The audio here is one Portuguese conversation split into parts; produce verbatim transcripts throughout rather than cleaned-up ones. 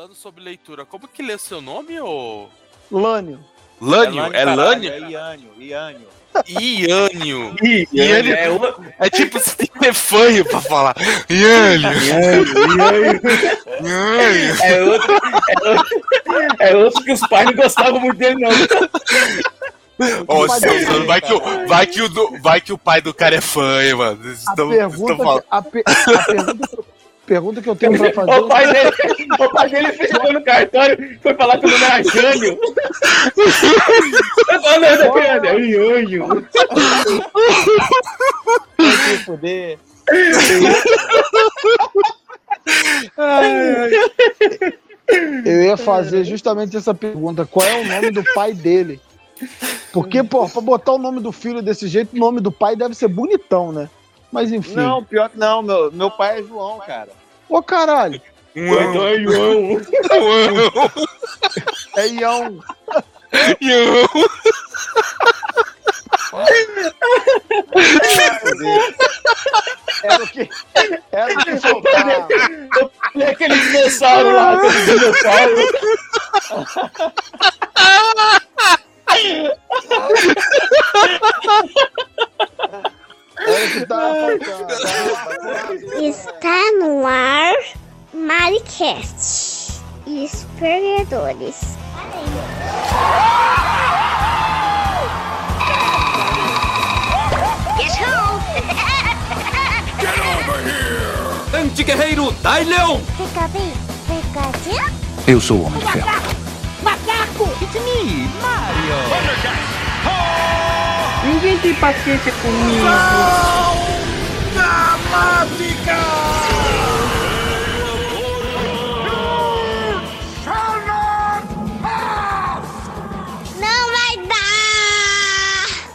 falando sobre leitura, como que lê o seu nome, ô? Lânio. Lânio? É Lânio? É Iânio, Iânio. Iânio. Iânio. É, o... é tipo, você tem que ter fanho pra falar. Iânio. Iânio. Iânio. É outro, é, outro, é outro que os pais não gostavam muito dele, não. Ó, oh, vai, que o, vai, que o, vai que o pai do cara é fanho, mano. Vocês estão, a pergunta, estão que, a, pe, a pergunta, pergunta que eu tenho pra fazer... O pai dele, o pai dele chegou no cartório, foi falar que o nome era Jânio. Eu falei, não, não, não, é Iânio. Vai se fuder. Eu ia fazer justamente essa pergunta. Qual é o nome do pai dele? Porque, pô, pra botar o nome do filho desse jeito, o nome do pai deve ser bonitão, né? Mas enfim. Não, pior que não. Meu, meu pai é João, cara. Ô, caralho. Então é João. É Ião. Ião. Era o que, era o que faltava. É aquele dinossauro lá, aquele dinossauro. Era o que tava faltando. Está no ar Maricast e os perdedores. Guess who? Get over here! Anti-guerreiro Dai Leão! Fica bem, fica. Eu sou o Homem de Ferro. Macaco! It's me, Mario! Ninguém tem paciência comigo. Da mágica! Não vai dar!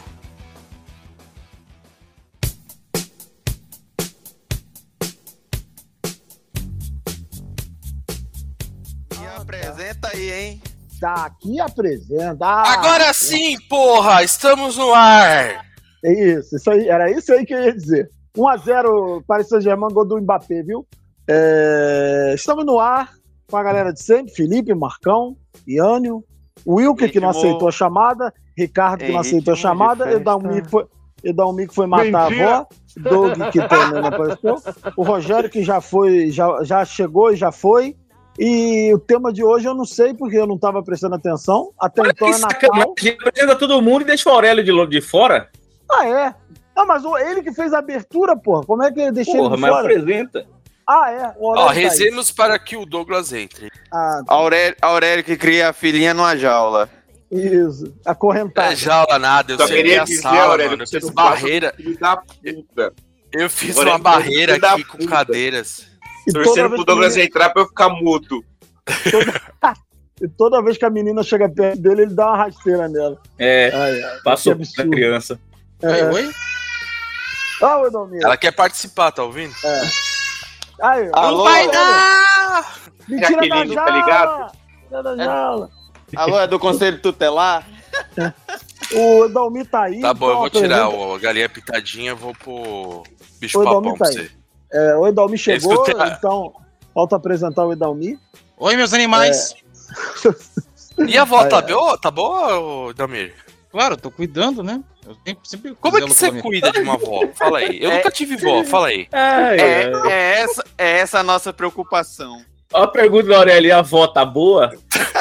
E apresenta aí, hein? Tá aqui apresenta. Ah, Agora sim, porra! Estamos no ar! É isso, isso aí, era isso aí que eu ia dizer. um a zero Paris Saint-Germain, gol do Mbappé, viu? É, estamos no ar com a galera de sempre, Felipe, Marcão, Iânio, o Wilker, que não aceitou a chamada, Ricardo, que não aceitou a chamada, Edalmi, que foi, Edalmi, que foi matar Mentira. a avó, Doug, que também não apareceu, o Rogério, que já foi, já, já chegou e já foi. E o tema de hoje eu não sei porque eu não estava prestando atenção. Até Olha então é Natal. Apresenta todo mundo e deixa o Aurélio de, de fora. Ah, é? Não, mas ele que fez a abertura, porra. Como é que ele deixou porra, ele de fora? Porra, mas apresenta. Ah, é? Ó, tá rezemos para que o Douglas entre. Ah, tá. Aurélio, Aurélio que cria a filhinha numa jaula. Isso, acorrentado. Não é jaula nada, eu Só sei a dizer, sala, Aurélio, mano. Eu fiz barreira. Eu, eu fiz Aurélio, uma barreira aqui com cadeiras. Torcendo pro Douglas que... entrar pra eu ficar mudo. Toda... e toda vez que a menina chega perto dele, ele dá uma rasteira nela. É, ai, ai, passou pra criança. É. Oi? Ah, oi, Domingos. Ela quer participar, tá ouvindo? É. Aí, Alô? Não vai dar! Me tira da jaula! Tá ligado? Tira da jaula! Alô, é do Conselho Tutelar? O Dalmi tá aí. Tá bom, eu vou tirar o, a galinha pitadinha, vou pro bicho o papão pra tá você. É, o Edalmi chegou, então falta apresentar o Edalmi. Oi, meus animais. É... E a avó, tá boa, tá boa, Damir? Claro, tô cuidando, né? Eu sempre, sempre Como é que você cuida de uma avó? Fala aí. Eu é... nunca tive vó, fala aí. É, é, é, essa, é essa a nossa preocupação. Ó a pergunta da Aurélia, a avó tá boa?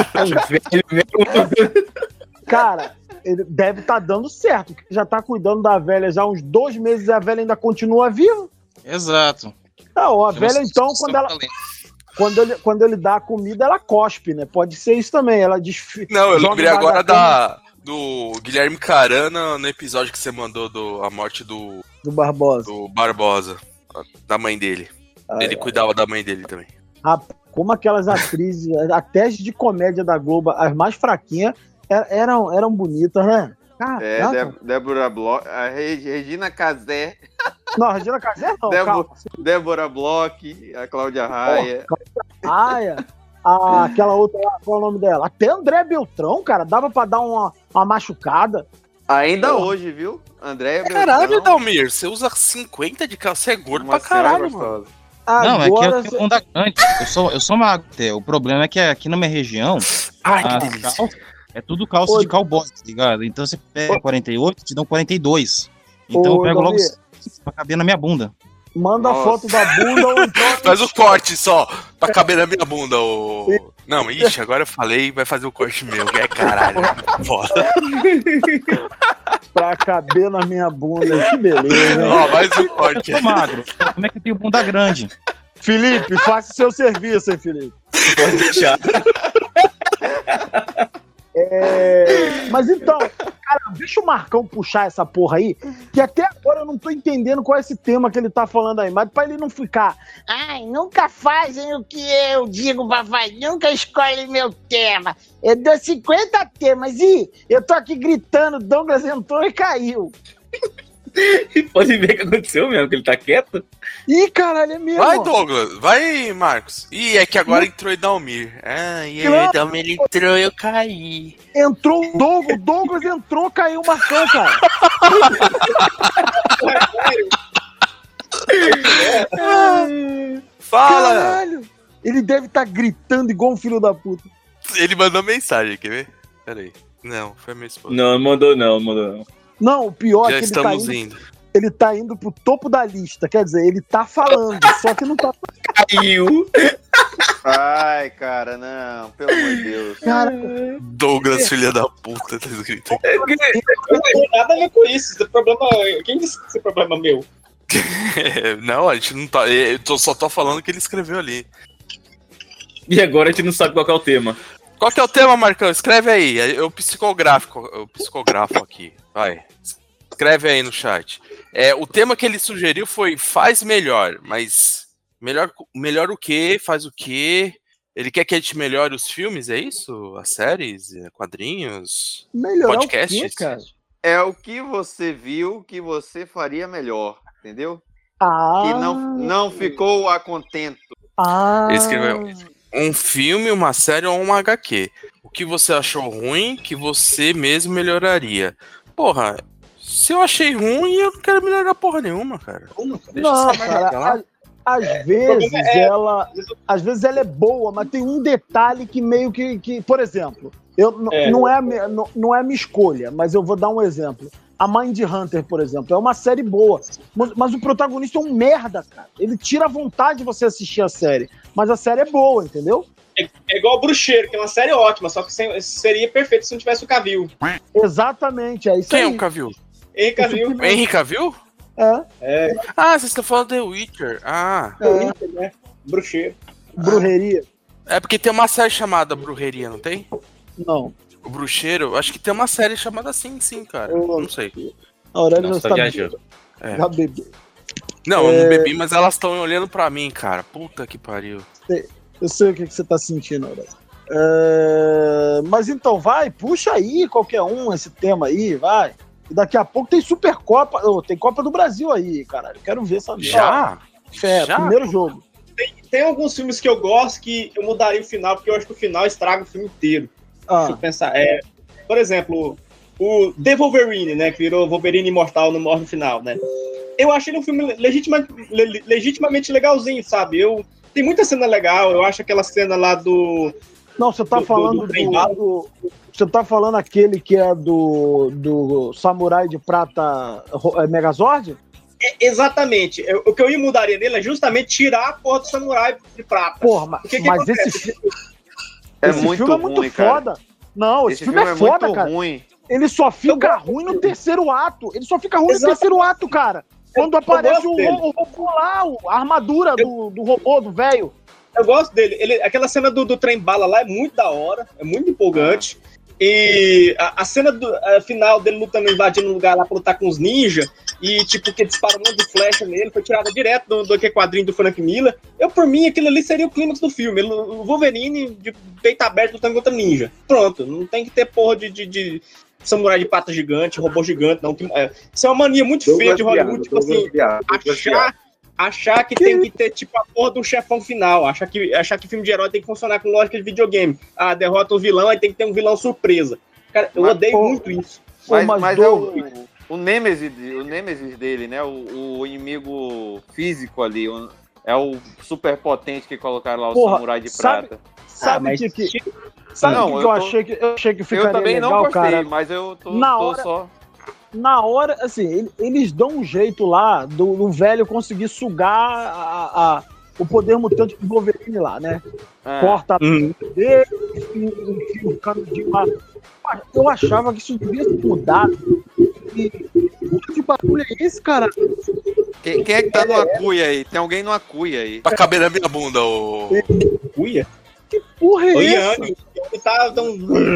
Cara, ele deve estar tá dando certo, porque já tá cuidando da velha já há uns dois meses e a velha ainda continua viva. Exato. Não, a velha então, quando ela... Quando ele, quando ele dá a comida, ela cospe, né? Pode ser isso também, ela desfia. Não, eu lembrei agora da, do Guilherme Carana no episódio que você mandou do a morte do... Do Barbosa. Do Barbosa, da mãe dele. Ai, ele ai. cuidava da mãe dele também. Ah, como aquelas atrizes, até as de comédia da Globo, as mais fraquinhas, eram, eram bonitas, né? Ah, é, Dé- Débora Bloch, a Regina Casé. Não, a Regina Casé não, Débora, Débora Bloch, a Cláudia Raia. Oh, Raia, a, aquela outra lá, qual é o nome dela? Até André Beltrão, cara, dava pra dar uma, uma machucada. Ainda oh. hoje, viu? André Beltrão. Caralho, Dalmir, você usa cinquenta de calça, você é gordo uma pra caralho, mano. Não, é que Agora eu tenho bunda grande. Eu sou, eu sou magro. Tê. O problema é que aqui na minha região, Ai, que as delícia. calças é tudo calça Ô, de cowboy, tá ligado? Então você pega quarenta e oito, te dão quarenta e dois. Então Ô, eu pego logo Davi. pra caber na minha bunda. Manda a Nossa. foto da bunda ou então Faz o corte só, pra caber na minha bunda. O... Não, ixi, agora eu falei, vai fazer o corte meu. É caralho, foda. pra caber na minha bunda. Que beleza, hein? Ó, mais um Eu corte. sou magro. Como é que eu tenho bunda grande? Felipe, faça o seu serviço, hein, Felipe. Pode deixar. É, mas então, cara, deixa o Marcão puxar essa porra aí, que até agora eu não tô entendendo qual é esse tema que ele tá falando aí, mas pra ele não ficar, Ai, nunca fazem o que eu digo pra fazer, nunca escolhem meu tema. Eu dou cinquenta temas e eu tô aqui gritando, Douglas entrou e caiu. Pode ver o que aconteceu mesmo, que ele tá quieto. ih, caralho, é mesmo. Vai, Douglas. Vai, Marcos. Ih, é que agora entrou Edalmir. Ah, e aí, Não. Edalmir entrou, eu caí. Entrou o Douglas, o Douglas entrou, caiu o Marcão, cara. Fala! Caralho. Ele deve estar gritando igual um filho da puta. Ele mandou mensagem, quer ver? Pera aí. Não, foi minha esposa. Não, não mandou não, não mandou não. Não, o pior Já é que ele tá, estamos indo, indo. ele tá indo pro topo da lista. Quer dizer, ele tá falando, só que não tá. Caiu. Ai, cara, não, pelo amor de Deus. Cara, Douglas, filha da puta, tá escrito aqui. Eu não tenho nada a ver com isso. Esse problema. Quem disse que esse é problema meu? Não, a gente não tá. Eu tô- só tô falando que ele escreveu ali. E agora a gente não sabe qual que é o tema. Qual que é o tema, Marcão? Escreve aí. Eu psicográfico, eu psicografo aqui. Vai. Escreve aí no chat. É, o tema que ele sugeriu foi faz melhor, mas melhor, melhor o quê? Faz o quê? Ele quer que a gente melhore os filmes, é isso? As séries, é, quadrinhos, melhorar podcasts? o quê, cara? É o que você viu que você faria melhor, entendeu? Ah, Que não, não ficou a contento. ah, Ele escreveu um filme, uma série ou um agá quê. O que você achou ruim que você mesmo melhoraria? Porra, se eu achei ruim, eu não quero melhorar porra nenhuma, cara. Deixa não, essa merda cara, lá. às, às vezes ela, às vezes ela é boa, mas tem um detalhe que meio que, que por exemplo, eu, n- É. não, é a mi- não, não é a minha escolha, mas eu vou dar um exemplo. A Mind Hunter, por exemplo, é uma série boa, mas, mas o protagonista é um merda, cara. Ele tira a vontade de você assistir a série, mas a série é boa, entendeu? É igual o Bruxeiro, que é uma série ótima, só que sem- seria perfeito se não tivesse o Cavill. Exatamente, é isso Quem é aí. o Cavill? Hein, Cavill? O Henry Cavill? É, É, Ah, vocês estão falando The Witcher. Ah, é, né? Bruxeiro. brujeria. é porque tem uma série chamada Brujeria, não tem? Não. O Bruxeiro, acho que tem uma série chamada assim, sim, cara. Eu- Não sei. A Aurélia Nossa, já tá está viajando. É. já bebeu. Não, eu É. não bebi, mas elas estão olhando pra mim, cara. Puta que pariu. Eu sei o que, que você tá sentindo, Aurélia. É, mas então, vai, puxa aí qualquer um esse tema aí, vai. E daqui a pouco tem Supercopa, oh, tem Copa do Brasil aí, caralho. Eu quero ver essa merda. Já? É, Já? primeiro jogo. Tem alguns filmes que eu gosto que eu mudaria o final, porque eu acho que o final estraga o filme inteiro. Deixa eu Ah, pensar. É, por exemplo, o The Wolverine, né? Que virou Wolverine Imortal, não morre no final, né? Eu achei ele um filme legitima, le- legitimamente legalzinho, sabe? Eu, tem muita cena legal, eu acho aquela cena lá do... não, você tá do- do- falando do do, trem bala. do- Você tá falando aquele que é do, do Samurai de Prata Ro- é, Megazord? É, exatamente. Eu- o que eu ia mudaria nele é justamente tirar a porra do Samurai de prata. Porra, mas, O que que mas acontece? esse, fi- É esse muito filme é ruim, muito cara. foda. Não, esse, Esse filme, é foda, muito cara. ruim. Ele só fica gosto ruim no terceiro ato. Ele só fica ruim Exato. no terceiro ato, cara. Quando Eu- eu aparece gosto o, dele. ro- o robô lá, o- a armadura do, do robô, do velho. Eu gosto dele. Ele, aquela cena do, do trem bala lá é muito da hora, é muito empolgante. E a, a cena do, a final dele lutando, invadindo um lugar lá pra lutar com os ninjas, e tipo, que dispara um monte de flecha nele, foi tirada direto do, do que quadrinho do Frank Miller. Eu, por mim, aquilo ali seria o clímax do filme. Ele- o Wolverine de peito aberto lutando contra ninja. Pronto, não tem que ter porra de, de, de samurai de pata gigante, robô gigante, não. Que- é, isso é uma mania muito feia de Hollywood, tipo assim, achar, achar que tem que ter, tipo, a porra do chefão final. Achar que, achar que filme de herói tem que funcionar com lógica de videogame. Ah, derrota o vilão, aí tem que ter um vilão surpresa. Cara, eu Mas, odeio pô, muito isso. Pô, Mas, mas mas é Douglas- o, o, Nêmesis, o Nêmesis dele, né? O, o inimigo físico ali. O, É o super potente que colocaram lá, o Porra, samurai de sabe- prata. Sabe Ah, mas- que, que, sabe Não, que eu eu, tô- achei que eu achei que ficaria Eu também legal, não gostei, cara? mas eu tô, Na tô hora- só... Na hora, assim, ele- eles dão um jeito lá do, do velho conseguir sugar a, a- o poder mutante do Wolverine lá, né? É. Corta a Uhum. dele, enfia o canudinho lá. Eu achava que isso devia ser mudado. E que bagulho é esse, cara? Quem, quem é que tá numa cuia aí? Tem alguém numa cuia aí. Pra caber na minha bunda, o. Cuia? Porra é Ô, essa? Yanni, ele tá tão...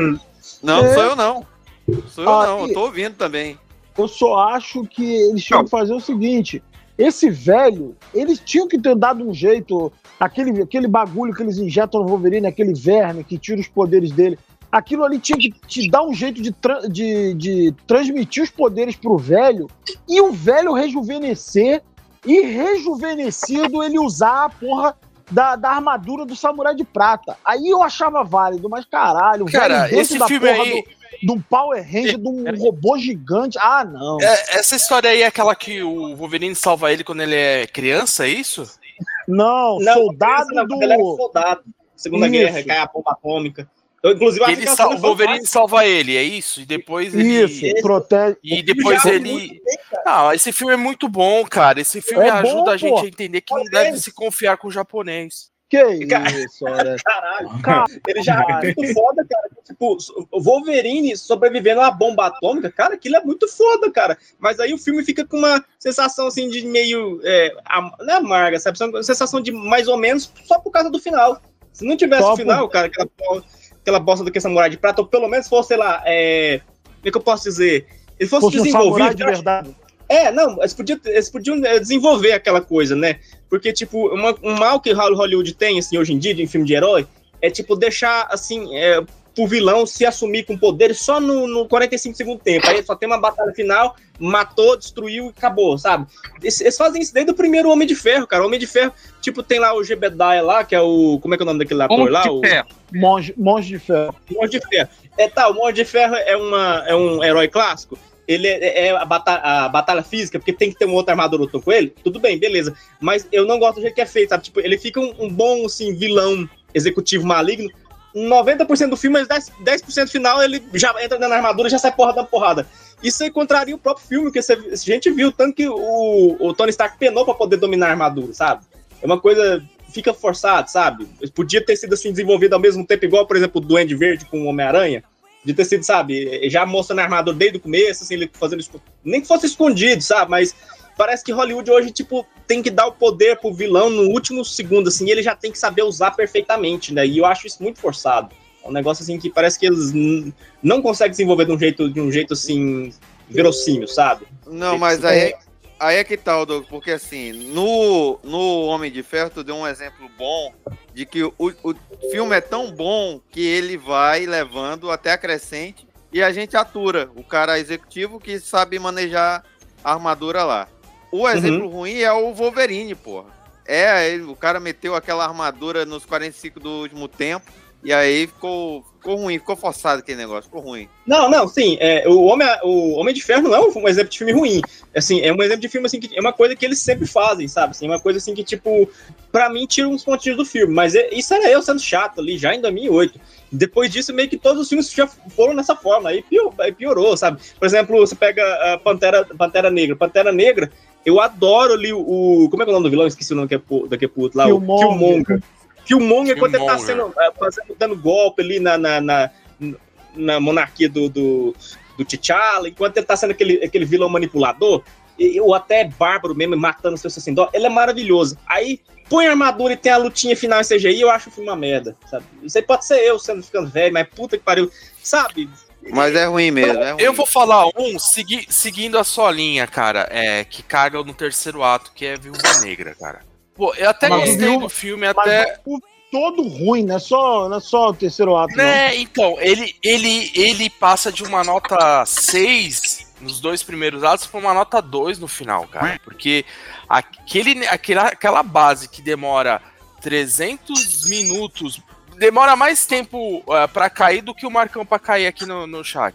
Não, É. sou eu não. Sou eu Ah, não, e- eu tô ouvindo também. Eu só acho que eles tinham que fazer o seguinte: esse velho, eles tinham que ter dado um jeito, aquele, aquele bagulho que eles injetam no Wolverine, aquele verme que tira os poderes dele. Aquilo ali tinha que te dar um jeito de, tra- de, de transmitir os poderes pro velho e o velho rejuvenescer e rejuvenescido ele usar a porra da, da armadura do samurai de prata. Aí eu achava válido, mas caralho, o Cara, velho dentro esse da filme porra aí- do, de um Power Ranger, de um robô gigante. Ah, não. É, essa história aí é aquela que o Wolverine salva ele quando ele é criança, é isso? Não, Não, soldado não, do. Ele era soldado. Segunda Isso. Guerra, cai a bomba atômica. Eu, inclusive, acho Ele que a sal- cena o Wolverine fantástica. salva ele, é isso? E depois ele. Isso, protege. E depois Já, ele. muito bem, cara. Ah, esse filme é muito bom, cara. Esse filme É bom, ajuda a gente pô. a entender que não Olha deve ele. se confiar com o japonês. Que Cara- isso, olha. Caralho. Cara, Ele já é muito foda, cara. Tipo, o Wolverine sobrevivendo a uma bomba atômica, cara, aquilo é muito foda, cara. Mas aí o filme fica com uma sensação, assim, de meio... É, am- não é amarga, sabe? Uma sensação de mais ou menos só por causa do final. Se não tivesse Só o final, cara, aquela, bo- aquela bosta do que samurai de prata, ou pelo menos fosse, sei lá, é... Como é que eu posso dizer? Ele fosse, fosse um samurai desenvolvido... de verdade. É, não, eles podiam, eles podiam é, desenvolver aquela coisa, né? Porque, tipo, uma- um mal que Hollywood tem, assim, hoje em dia, em filme de herói, é, tipo, deixar, assim, é, pro vilão se assumir com poderes só no, no quarenta e cinco segundos tempo. Aí só tem uma batalha final, matou, destruiu e acabou, sabe? Eles, eles fazem isso desde o primeiro Homem de Ferro, cara. O Homem de Ferro, tipo, tem lá o Jebediah lá, que é o... Como é que é o nome daquele ator lá? O Monge, monge de ferro. Monge de Ferro. É, tá, o Monge de Ferro é, uma, é um herói clássico. Ele é, é a, batalha, a batalha física, porque tem que ter um outro armador lutando com ele. Tudo bem, beleza. Mas eu não gosto do jeito que é feito, sabe? Tipo, ele fica um, um bom, assim, vilão executivo maligno. noventa por cento do filme, mas dez, dez por cento final, ele já entra dentro da armadura e já sai porra dando porrada. Isso aí contraria o próprio filme, porque você, a gente viu tanto que o, o Tony Stark penou pra poder dominar a armadura, sabe? É uma coisa... Fica forçado, sabe? Podia ter sido, assim, desenvolvido ao mesmo tempo, igual, por exemplo, o Duende Verde com o Homem-Aranha. De ter sido, sabe, já mostrando a armadura desde o começo, assim, ele fazendo isso. Nem que fosse escondido, sabe? Mas parece que Hollywood hoje, tipo, tem que dar o poder pro vilão no último segundo, assim, e ele já tem que saber usar perfeitamente, né? E eu acho isso muito forçado. É um negócio, assim, que parece que eles n- não conseguem desenvolver de um jeito, de um jeito assim, verossímil, sabe? Não, mas aí, aí é que tal, Douglas, porque assim, no, no Homem de Ferro, tu deu um exemplo bom de que o, o filme é tão bom que ele vai levando até a crescente e a gente atura o cara executivo que sabe manejar a armadura lá. O exemplo ruim é o Wolverine, porra. É, ele, o cara meteu aquela armadura nos quarenta e cinco do último tempo e aí ficou, ficou ruim, ficou forçado aquele negócio, ficou ruim. Não, não, sim, é, o, Homem, o Homem de Ferro não é um, um exemplo de filme ruim. Assim, é um exemplo de filme, assim, que é uma coisa que eles sempre fazem, sabe? Assim, uma coisa, assim, que, tipo, pra mim, tira uns pontinhos do filme. Mas é, isso era eu sendo chato ali, já em dois mil e oito. Depois disso, meio que todos os filmes já foram nessa forma, aí pior, aí piorou, sabe? Por exemplo, você pega a Pantera, Pantera Negra. Pantera Negra, eu adoro ali o... o como é que é o nome do vilão? Esqueci o nome daqui a pouco lá. Killmonger. O Killmonger. Killmonger, quando ele tá Killmonger. sendo, é, fazendo, dando golpe ali na, na, na, na monarquia do, do, do T'Challa, enquanto ele tá sendo aquele, aquele vilão manipulador, e- ou até bárbaro mesmo, matando seu sacerdó, ele é maravilhoso. Aí põe a armadura e tem a lutinha final em C G I, eu acho o filme uma merda, sabe? Isso aí pode ser eu sendo ficando velho, mas puta que pariu, sabe? Mas é ruim mesmo, é ruim. Eu vou falar um segui- seguindo a sua linha, cara, é, que caga no terceiro ato, que é Viúva Negra, cara. Pô, eu até Mas gostei Viúva- do filme, Mas até. o todo ruim, não é só, não é só o terceiro ato. não. Né, então, ele, ele, ele passa de uma nota seis nos dois primeiros atos pra uma nota dois no final, cara. Porque aquele, aquela, aquela base que demora trezentos minutos, demora mais tempo uh, pra cair do que o Marcão pra cair aqui no, no chat.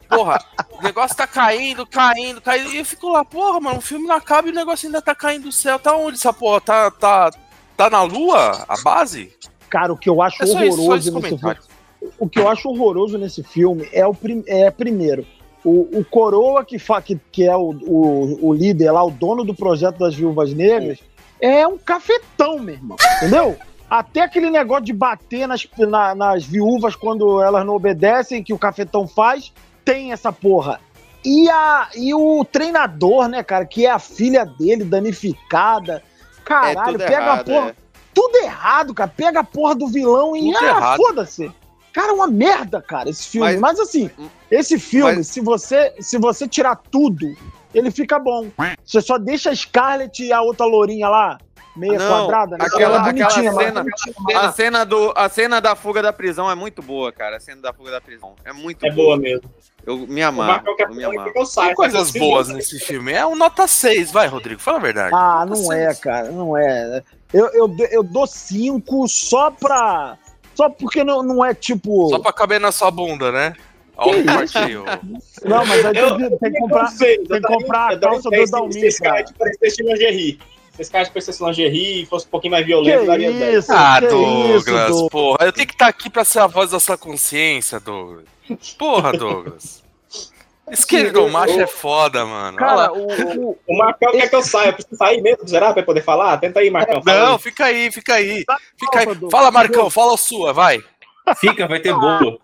Porra, o negócio tá caindo, caindo, caindo. E eu fico lá, porra, mano, o filme não acaba e o negócio ainda tá caindo do céu. Tá onde essa porra? Tá, tá, tá na lua, a base? Cara, o que eu acho É só isso, só horroroso esse nesse filme. comentário. O que eu acho horroroso nesse filme é o prim, é, primeiro, o, o Coroa, que, fa, que, que é o, o, o líder lá, o dono do projeto das Viúvas Negras, é um cafetão, meu irmão. Entendeu? Até aquele negócio de bater nas, na, nas viúvas quando elas não obedecem, que o cafetão faz, tem essa porra. E, a, e o treinador, né, cara, que é a filha dele, danificada. Caralho, é pega errado, a porra. É. Tudo errado, cara. Pega a porra do vilão e. Tudo Ah, errado. foda-se. Cara, é uma merda, cara, esse filme. Mas, Mas- assim, esse filme, mas- se, você, se você tirar tudo, ele fica bom. Você só deixa a Scarlett e a outra lourinha lá, meia Não, quadrada, né? aquela- Ela é bonitinha, aquela mas cena- bonitinha, A mas- cena, do, a cena da fuga da prisão é muito boa, cara. A cena da fuga da prisão é muito É boa mesmo. Eu me O amarro, Marcão quer eu me falar amarro. que eu saio. Tem coisas boas nesse filme. É um nota seis, vai, Rodrigo, fala a verdade. Ah, Nota não seis. é, cara, não é. Eu, eu, eu dou cinco só pra. Só porque não, não é tipo. Só pra caber na sua bunda, né? Olha o corteio. Não, mas aí Eu- tem, que- tem que comprar. Tem que comprar a calça do Dalmin, Se esse cara cara. tipo, parecesse lingerie. Se esse cara parecesse lingerie e fosse um pouquinho mais violento, Que daria dez. isso, Ah, que Douglas, isso, Douglas. porra. Eu tenho que estar aqui pra ser a voz da sua consciência, Douglas. Porra, Douglas. Esquerdo macho é foda, mano. Olha Cara, lá. o, o- O Marcão quer que eu saia. Eu preciso sair mesmo, será? Pra poder falar? Tenta aí, Marcão. fala Não, aí. fica aí, fica aí. Fica aí. Douglas. Fala, Marcão, fala a sua, vai. Fica, vai ter bolo.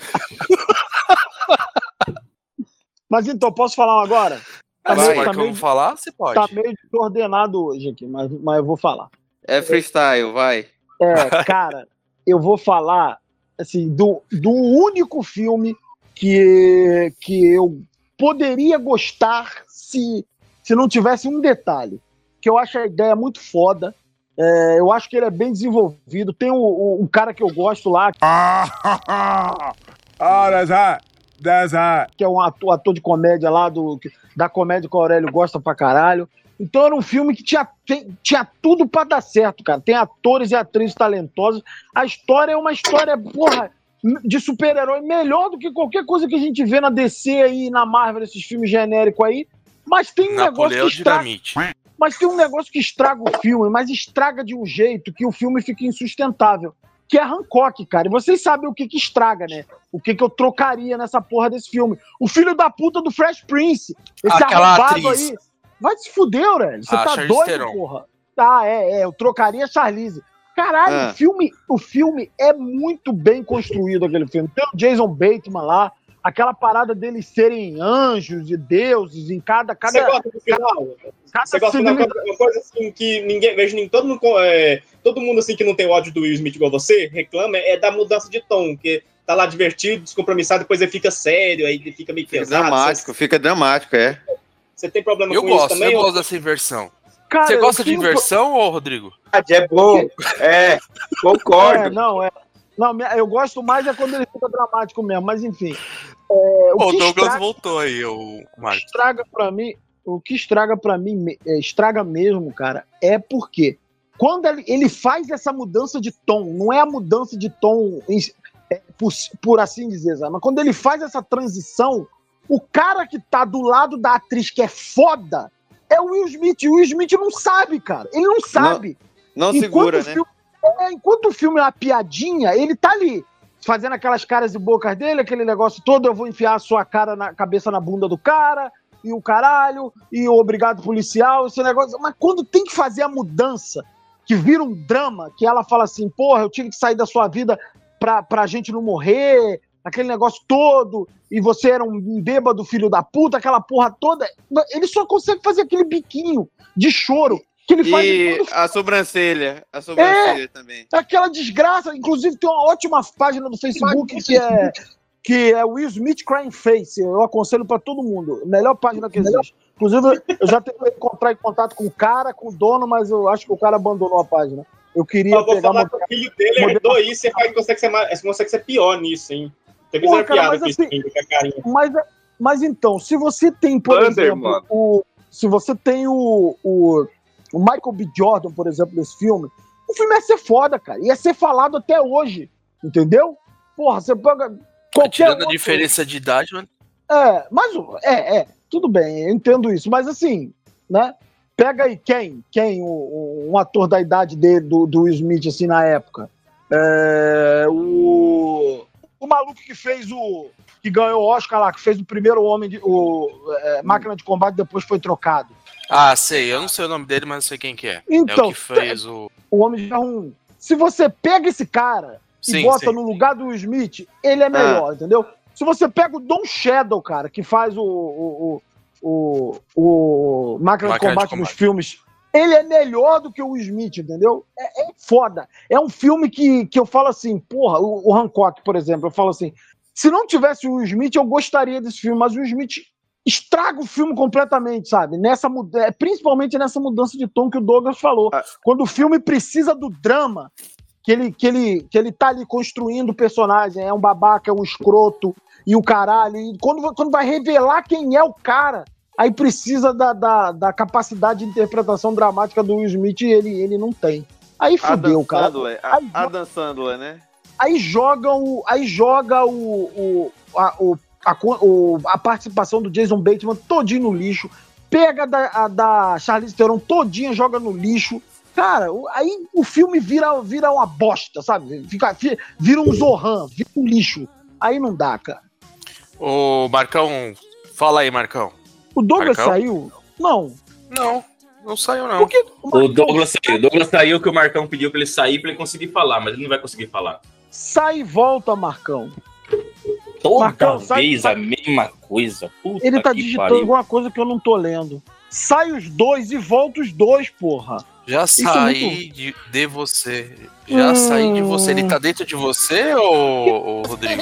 Mas então, posso falar um agora? Tá Se o meio, tá Marcão meio, falar, você pode. tá meio desordenado hoje aqui, mas, mas eu vou falar. É freestyle, vai. É, cara, eu vou falar assim, do, do único filme que, que eu poderia gostar se, se não tivesse um detalhe. Que eu acho a ideia muito foda. É, eu acho que ele é bem desenvolvido. Tem o, o, um cara que eu gosto lá, Ah, that's hot. That's hot. que é um ator, ator de comédia lá, do, da comédia que o Aurélio gosta pra caralho. Então era um filme que tinha, tem- tinha tudo pra dar certo, cara. Tem atores e atrizes talentosos. A história é uma história, porra, de super-herói melhor do que qualquer coisa que a gente vê na D C aí, na Marvel, esses filmes genéricos aí. Mas tem um negócio Napoleão que estraga, Dinamite. mas tem um negócio que estraga o filme, mas estraga de um jeito que o filme fica insustentável. Que é Hancock, cara. E vocês sabem o que que estraga, né? O que que eu trocaria nessa porra desse filme. O filho da puta do Fresh Prince. Esse Aquela arrombado atriz. aí. Vai se fuder, velho. Você Ah, tá Charlize doido, Theron. porra. Ah, é, é. Eu trocaria a Charlize. Caralho, Ah. o, filme, o filme é muito bem construído, aquele filme. Tem o Jason Bateman lá. Aquela parada deles serem anjos e deuses em cada... cada Você gosta do final? cada Você gosta de uma civili- coisa, uma coisa assim que ninguém vejo nem todo mundo, é, todo mundo assim que não tem ódio do Will Smith igual você reclama é da mudança de tom, que tá lá divertido, descompromissado, depois ele fica sério, aí ele fica meio Fica pesado. dramático, Você, fico dramático, é. você tem problema Eu com isso gosto, também? eu ou- gosto dessa inversão. Cara, Você gosta eu de tenho- inversão, ô Rodrigo? É bom. É, É, concordo. não, é. Não, me- eu gosto mais é quando ele fica dramático mesmo, mas enfim. É, o Ô, o que Douglas estraga, voltou aí, o Marcos. estraga pra mim, o que estraga pra mim, me- é, estraga mesmo, cara, é porque quando ele, ele faz essa mudança de tom, não é a mudança de tom, em- é, por, por assim dizer, sabe? Mas quando ele faz essa transição, o cara que tá do lado da atriz que é foda é o Will Smith. E o Will Smith não sabe, cara. Ele não sabe. Não Enquanto segura, o né? filme- é, enquanto o filme é uma piadinha, ele tá ali, fazendo aquelas caras e bocas dele, aquele negócio todo, eu vou enfiar a sua cara na cabeça na bunda do cara, e o caralho, e o obrigado policial, esse negócio. Mas quando tem que fazer a mudança, que vira um drama, que ela fala assim, porra, eu tive que sair da sua vida pra, pra gente não morrer, aquele negócio todo, e você era um bêbado filho da puta, aquela porra toda, ele só consegue fazer aquele biquinho de choro que ele faz em E todo a sobrancelha, a sobrancelha também. aquela desgraça. Inclusive, tem uma ótima página do Facebook que é, que é Will Smith Crying Face. Eu aconselho pra todo mundo. Melhor página que existe. Inclusive, eu já tentei encontrar em contato com o cara, com o dono, mas eu acho que o cara abandonou a página. Eu queria Eu vou pegar falar uma. que o filho dele modelo- herdou isso, você vai- consegue ser, mais, você consegue ser pior nisso, hein? Teve Porra, zero cara, piada mas com isso, assim- hein, com a carinha. Mas, mas então, se você tem, por Thunder, exemplo, mano. o, se você tem o, o, o Michael B. Jordan, por exemplo, nesse filme, o filme ia ser foda, cara. Ia ser falado até hoje. Entendeu? Porra, você pega. Qualquer Tirando a outro- diferença de idade, mano. É, mas é, é, tudo bem, eu entendo isso, mas assim, né? Pega aí quem? Quem? O, o, um ator da idade dele, do, do Will Smith, assim, na época. É, o, o maluco que fez o. Que ganhou o Oscar lá, que fez o primeiro homem de. O, é, Máquina de Combate, depois foi trocado. Ah, sei, eu não sei o nome dele, mas eu sei quem que é. Então, é o que fez o. O Homem de Ferro um. Se você pega esse cara Sim, e bota sim. no lugar do Will Smith, ele é melhor, entendeu? Se você pega o Don Cheadle, cara, que faz o, o, o, o, o Máquina, Máquina de Combate de Combate nos filmes, ele é melhor do que o Will Smith, entendeu? É, é foda. É um filme que, que eu falo assim, porra, o, o Hancock, por exemplo, eu falo assim, se não tivesse o Will Smith, eu gostaria desse filme, mas o Will Smith estraga o filme completamente, sabe? Nessa muda- principalmente nessa mudança de tom que o Douglas falou. Quando o filme precisa do drama, que ele, que ele, que ele tá ali construindo o personagem, é um babaca, é um escroto e o caralho. E quando, quando vai revelar quem é o cara, aí precisa da, da, da capacidade de interpretação dramática do Will Smith e ele, ele não tem. Aí fudeu, cara. Sandler, Aí, a- Adam Sandler, né? aí joga o. Aí joga o. o, a, o, a, co- o- a participação do Jason Bateman todinho no lixo. Pega a da, a da Charlize Theron todinha, joga no lixo. Cara, o- aí o filme vira, vira uma bosta, sabe? Fica, fi- vira um Zohan, vira um lixo. Aí não dá, cara. Ô, Marcão, fala aí, Marcão. O Douglas Marcão? saiu? Não. Não, não saiu não. O Douglas saiu. O Douglas saiu que o Marcão pediu pra ele sair pra ele conseguir falar, mas ele não vai conseguir falar. Sai e volta, Marcão. Toda Marcão, sai- vez sai- a mesma coisa. Puta Ele tá que digitando pariu. alguma coisa que eu não tô lendo. Sai os dois e volta os dois, porra. Já Isso é saí muito- de, de você. Já saí de você. Ele tá dentro de você, ô, ô Rodrigo?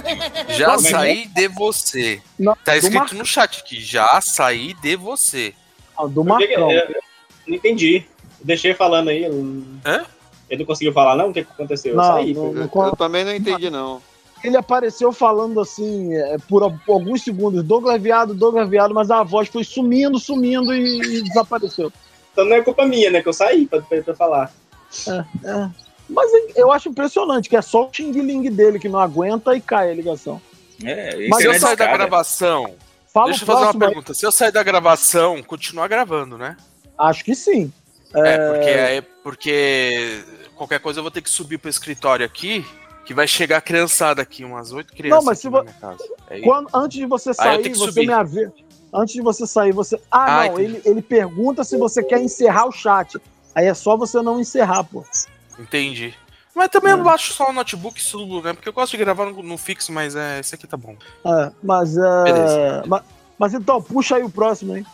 Já Não, saí de você. Não, Tá do escrito Mar- no chat aqui. Já saí de você. Ah, do Por que que- Marcão. eu- eu não entendi. Deixei falando aí. eu- Hã? Ele não conseguiu falar, não? O que, que aconteceu? Não, eu saí. não- foi. não- Eu também não entendi, não. Ele apareceu falando assim, é, por, a- por alguns segundos, Douglas viado, Douglas viado, mas a voz foi sumindo, sumindo e, e desapareceu. Então não é culpa minha, né? Que eu saí pra, pra, pra falar. É, é. Mas eu acho impressionante que é só o xing-ling dele que não aguenta e cai a ligação. É, Mas Se eu eu sair da cara. gravação. Fala Deixa eu o fazer uma próximo aí. pergunta. Se eu sair da gravação, continuar gravando, né? Acho que sim. É, porque, é porque qualquer coisa eu vou ter que subir pro escritório aqui, que vai chegar a criançada aqui, umas oito crianças Não, mas se aqui na vo- minha casa. Aí- Quando, antes de você Aí eu sair, tenho que você subir. me avisa. Antes de você sair, você. Ah, Ah, não, entendi. ele, ele pergunta se você quer encerrar o chat. Aí é só você não encerrar, pô. Entendi. Mas também eu baixo só o notebook e subo, né? Porque eu gosto de gravar no, no fixo, mas é, esse aqui tá bom. É, mas, é, Beleza. mas, mas então, puxa aí o próximo, hein?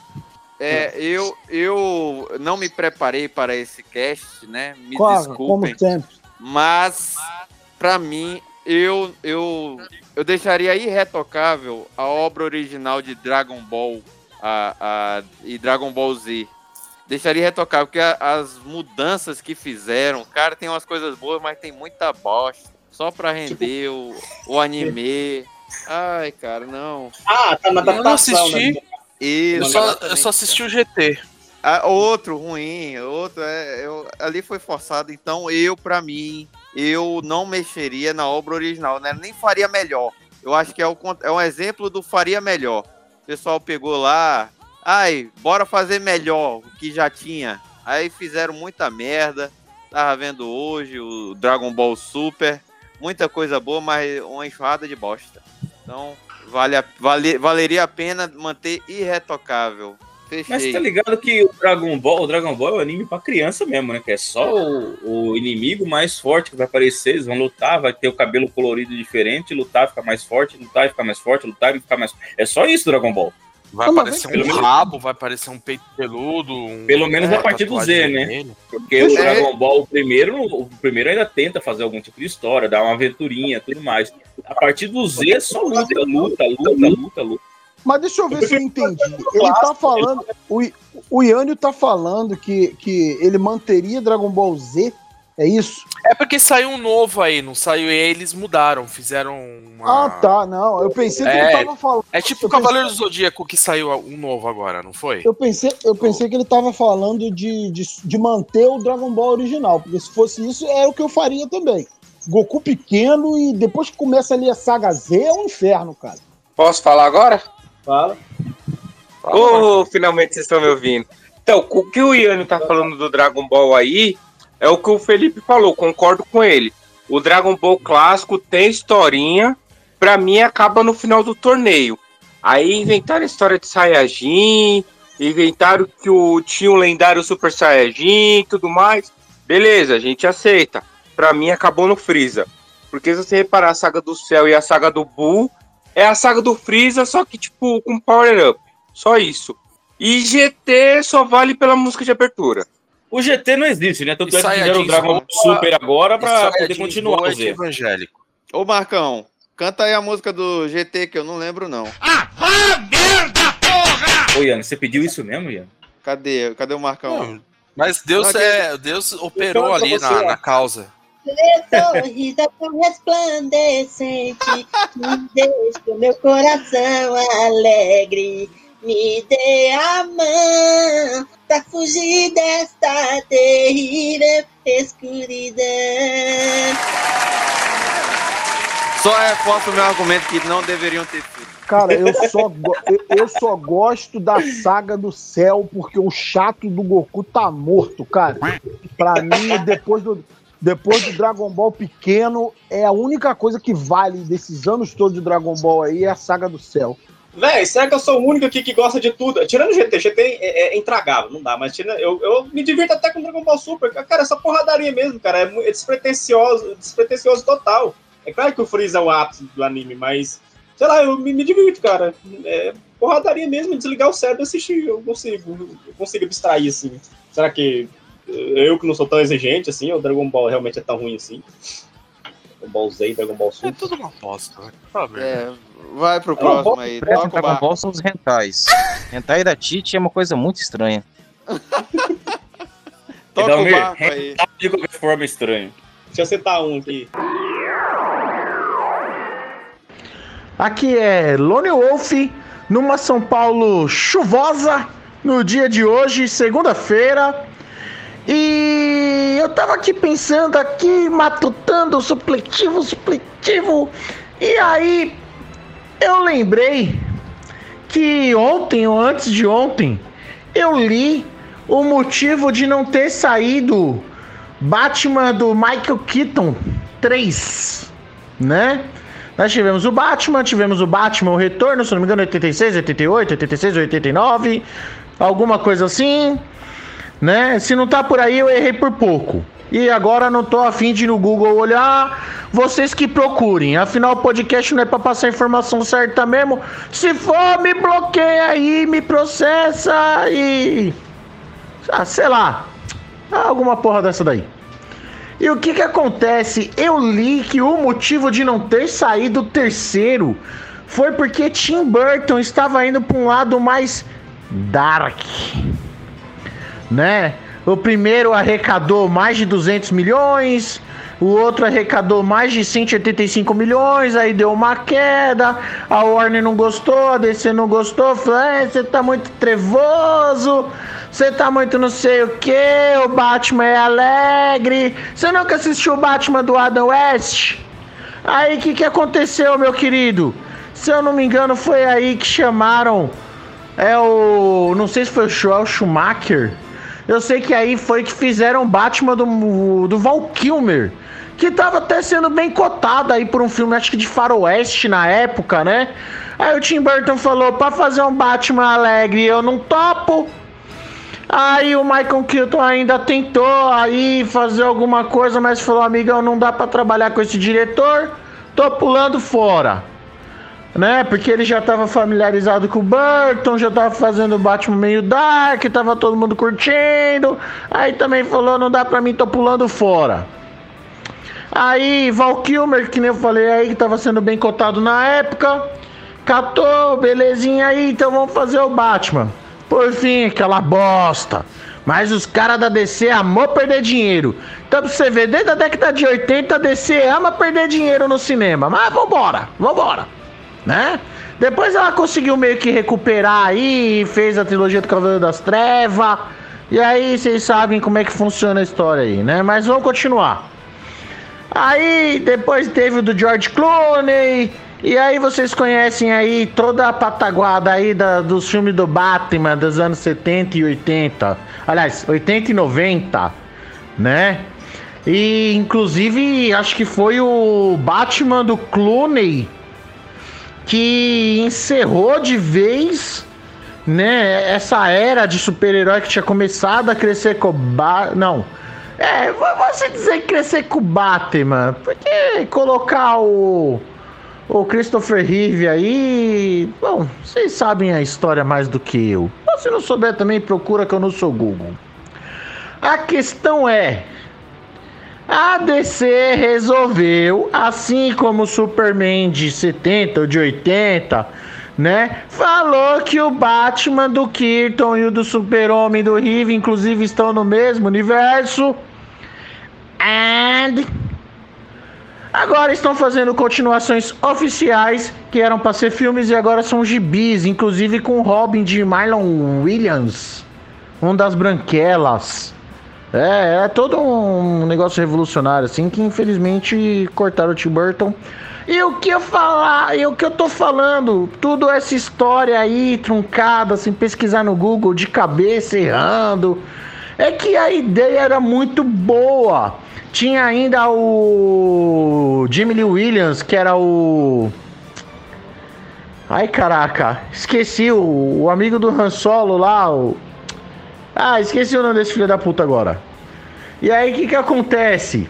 É, eu, eu não me preparei para esse cast, né? Me Claro, como desculpem. sempre. Mas, pra mim, eu, eu, eu deixaria irretocável a obra original de Dragon Ball a, a, e Dragon Ball Z. Deixaria irretocável, porque a- as mudanças que fizeram, cara, tem umas coisas boas, mas tem muita bosta. Só pra render o, o anime. Ai, cara, não. Ah, tá na Eu não adaptação. assisti. né? Isso, Eu só, eu exatamente, só assisti o G T. Ah, outro ruim, outro é, eu, ali foi forçado, então eu, pra mim, eu não mexeria na obra original, né? Nem faria melhor. Eu acho que é, o, cont- é um exemplo do faria melhor. O pessoal pegou lá, ai, bora fazer melhor o que já tinha. Aí fizeram muita merda. Tava vendo hoje o Dragon Ball Super, muita coisa boa, mas uma enxurrada de bosta. Então, vale a, vale, valeria a pena manter irretocável. Fechei. Mas tá ligado que o Dragon Ball, o Dragon Ball é um anime pra criança mesmo, né? Que é só o, o inimigo mais forte que vai aparecer, eles vão lutar, vai ter o cabelo colorido diferente, lutar, ficar mais forte, lutar e ficar mais forte, lutar e ficar mais. É só isso, Dragon Ball. Vai Não, mas aparecer vem um cá. rabo, vai aparecer um peito peludo. Um... Pelo menos é, a partir do tatuagem Z, né? vermelha. Porque o É. Dragon Ball, o primeiro, o primeiro ainda tenta fazer algum tipo de história, dar uma aventurinha, tudo mais. A partir do Z é só luta, luta, luta, luta, luta. Mas deixa eu ver se eu entendi. Ele tá falando. O, I- o Iânio tá falando que, que ele manteria Dragon Ball Z. É isso? É porque saiu um novo aí, não saiu? E aí eles mudaram, fizeram uma... Ah, tá. Não, eu pensei que É, ele tava falando. É tipo eu o Cavaleiro do Zodíaco que saiu um novo agora, não foi? Eu pensei, eu pensei que ele tava falando de, de, de manter o Dragon Ball original, porque se fosse isso, é o que eu faria também. Goku pequeno e depois que começa ali a saga Z, é um inferno, cara. Posso falar agora? Fala. Ô, oh, finalmente vocês estão me ouvindo. Então, o que o Ian tá falando do Dragon Ball aí é o que o Felipe falou, concordo com ele. O Dragon Ball clássico tem historinha, pra mim acaba no final do torneio. Aí inventaram a história de Saiyajin, inventaram que o, tinha um lendário Super Saiyajin e tudo mais. Beleza, a gente aceita. Pra mim acabou no Freeza. Porque se você reparar a saga do Cell e a saga do Buu, é a saga do Freeza, só que tipo com Power Up. Só isso. E G T só vale pela música de abertura. O G T não existe, né? Tanto é que fizeram o Dragon Ball Super agora pra poder continuar o Z. Evangélico. Ô, Marcão, canta aí a música do G T, que eu não lembro, não. Ah, ah merda, porra! Ô, Ian, você pediu isso mesmo, Ian? Cadê? Cadê o Marcão? Não, mas Deus, Não, é, Deus operou ali na, na causa. Sorrida tão resplandecente, me deixa o meu coração alegre. Me dê a mão pra fugir desta terrível escuridão. Só reforça o meu argumento que não deveriam ter feito. Cara, eu só, go- eu, eu só gosto da saga do Cell porque o chato do Goku tá morto, cara. Pra mim, depois do, depois do Dragon Ball pequeno, é a única coisa que vale desses anos todos de Dragon Ball aí é a saga do Cell. Véi, será que eu sou o único aqui que gosta de tudo? Tirando o G T, G T é, é intragável, não dá, mas tirando, eu, eu me divirto até com o Dragon Ball Super. Cara, essa porradaria mesmo, cara, é, é despretensioso, despretensioso total. É claro que o Freeza é o ápice do anime, mas, sei lá, eu me, me divirto, cara. É porradaria mesmo, desligar o cérebro e assistir, eu consigo, eu consigo abstrair, assim. Será que eu que não sou tão exigente, assim, o Dragon Ball realmente é tão ruim assim? Dragon Ball Z e Dragon Ball Super. É tudo uma aposta, né? Por favor. É, vai pro próximo aí. Toca o Dragon barco. Ball são os rentais. Hentai da Titi é uma coisa muito estranha. Toca o barco aí. Rentar de qualquer forma estranho. Deixa eu citar um aqui. Aqui é Lone Wolf, numa São Paulo chuvosa, no dia de hoje, segunda-feira. E eu tava aqui pensando, aqui, matutando, supletivo, supletivo. E aí, eu lembrei que ontem, ou antes de ontem, eu li o motivo de não ter saído Batman do Michael Keaton três, né? Nós tivemos o Batman, tivemos o Batman, o Retorno, se não me engano, oitenta e seis, oitenta e oito, oitenta e seis, oitenta e nove, alguma coisa assim, né? Se não tá por aí, eu errei por pouco. E agora não tô afim de ir no Google olhar, vocês que procurem. Afinal, o podcast não é pra passar a informação certa mesmo. Se for, me bloqueia aí, me processa e... Ah, sei lá, alguma porra dessa daí. E o que que acontece? Eu li que o motivo de não ter saído o terceiro foi porque Tim Burton estava indo para um lado mais dark, né? O primeiro arrecadou mais de duzentos milhões, o outro arrecadou mais de cento e oitenta e cinco milhões, aí deu uma queda, a Warner não gostou, a D C não gostou, falou, é, você tá muito trevoso, você tá muito não sei o que, o Batman é alegre, você nunca assistiu o Batman do Adam West? Aí o que que aconteceu, meu querido? Se eu não me engano, foi aí que chamaram, é o, não sei se foi o Joel Schumacher, eu sei que aí foi que fizeram o Batman do, do Val Kilmer, que tava até sendo bem cotado aí por um filme, acho que de faroeste na época, né? Aí o Tim Burton falou, pra fazer um Batman alegre eu não topo. Aí o Michael Keaton ainda tentou aí fazer alguma coisa, mas falou, amigão, não dá pra trabalhar com esse diretor, tô pulando fora. Né? Porque ele já tava familiarizado com o Burton, já tava fazendo o Batman meio dark, tava todo mundo curtindo. Aí também falou, não dá pra mim, tô pulando fora. Aí Val Kilmer, que nem eu falei aí, que tava sendo bem cotado na época, catou, belezinha aí, então vamos fazer o Batman. Por fim, aquela bosta. Mas os caras da D C amou perder dinheiro. Então pra você ver, desde a década de oitenta a D C ama perder dinheiro no cinema. Mas vambora, vambora, né? Depois ela conseguiu meio que recuperar aí, fez a trilogia do Cavaleiro das Trevas. E aí vocês sabem como é que funciona a história aí, né? Mas vamos continuar. Aí depois teve o do George Clooney. E aí vocês conhecem aí toda a pataguada aí da, dos filmes do Batman dos anos setenta e oitenta. Aliás, oitenta e noventa, né? E inclusive acho que foi o Batman do Clooney que encerrou de vez, né, essa era de super-herói que tinha começado a crescer com o Batman. Não. É, você dizer que crescer com o Batman, porque colocar o O Christopher Reeve aí, bom, vocês sabem a história mais do que eu. Mas se não souber também, procura que eu não sou Google. A questão é, a D C resolveu, assim como o Superman de setenta ou de oitenta, né, falou que o Batman do Keaton e o do Super-Homem do Reeve, inclusive, estão no mesmo universo. And... agora estão fazendo continuações oficiais, que eram para ser filmes e agora são gibis, inclusive com o Robin de Marlon Williams, um das branquelas. É, é todo um negócio revolucionário, assim, que infelizmente cortaram o Tim Burton. E o que eu falar, e o que eu tô falando, tudo essa história aí, truncada, sem pesquisar no Google, de cabeça, errando, é que a ideia era muito boa. Tinha ainda o Jimmy Lee Williams, que era o... ai, caraca, esqueci, o, o amigo do Han Solo lá, o... ah, esqueci o nome desse filho da puta agora. E aí, o que que acontece?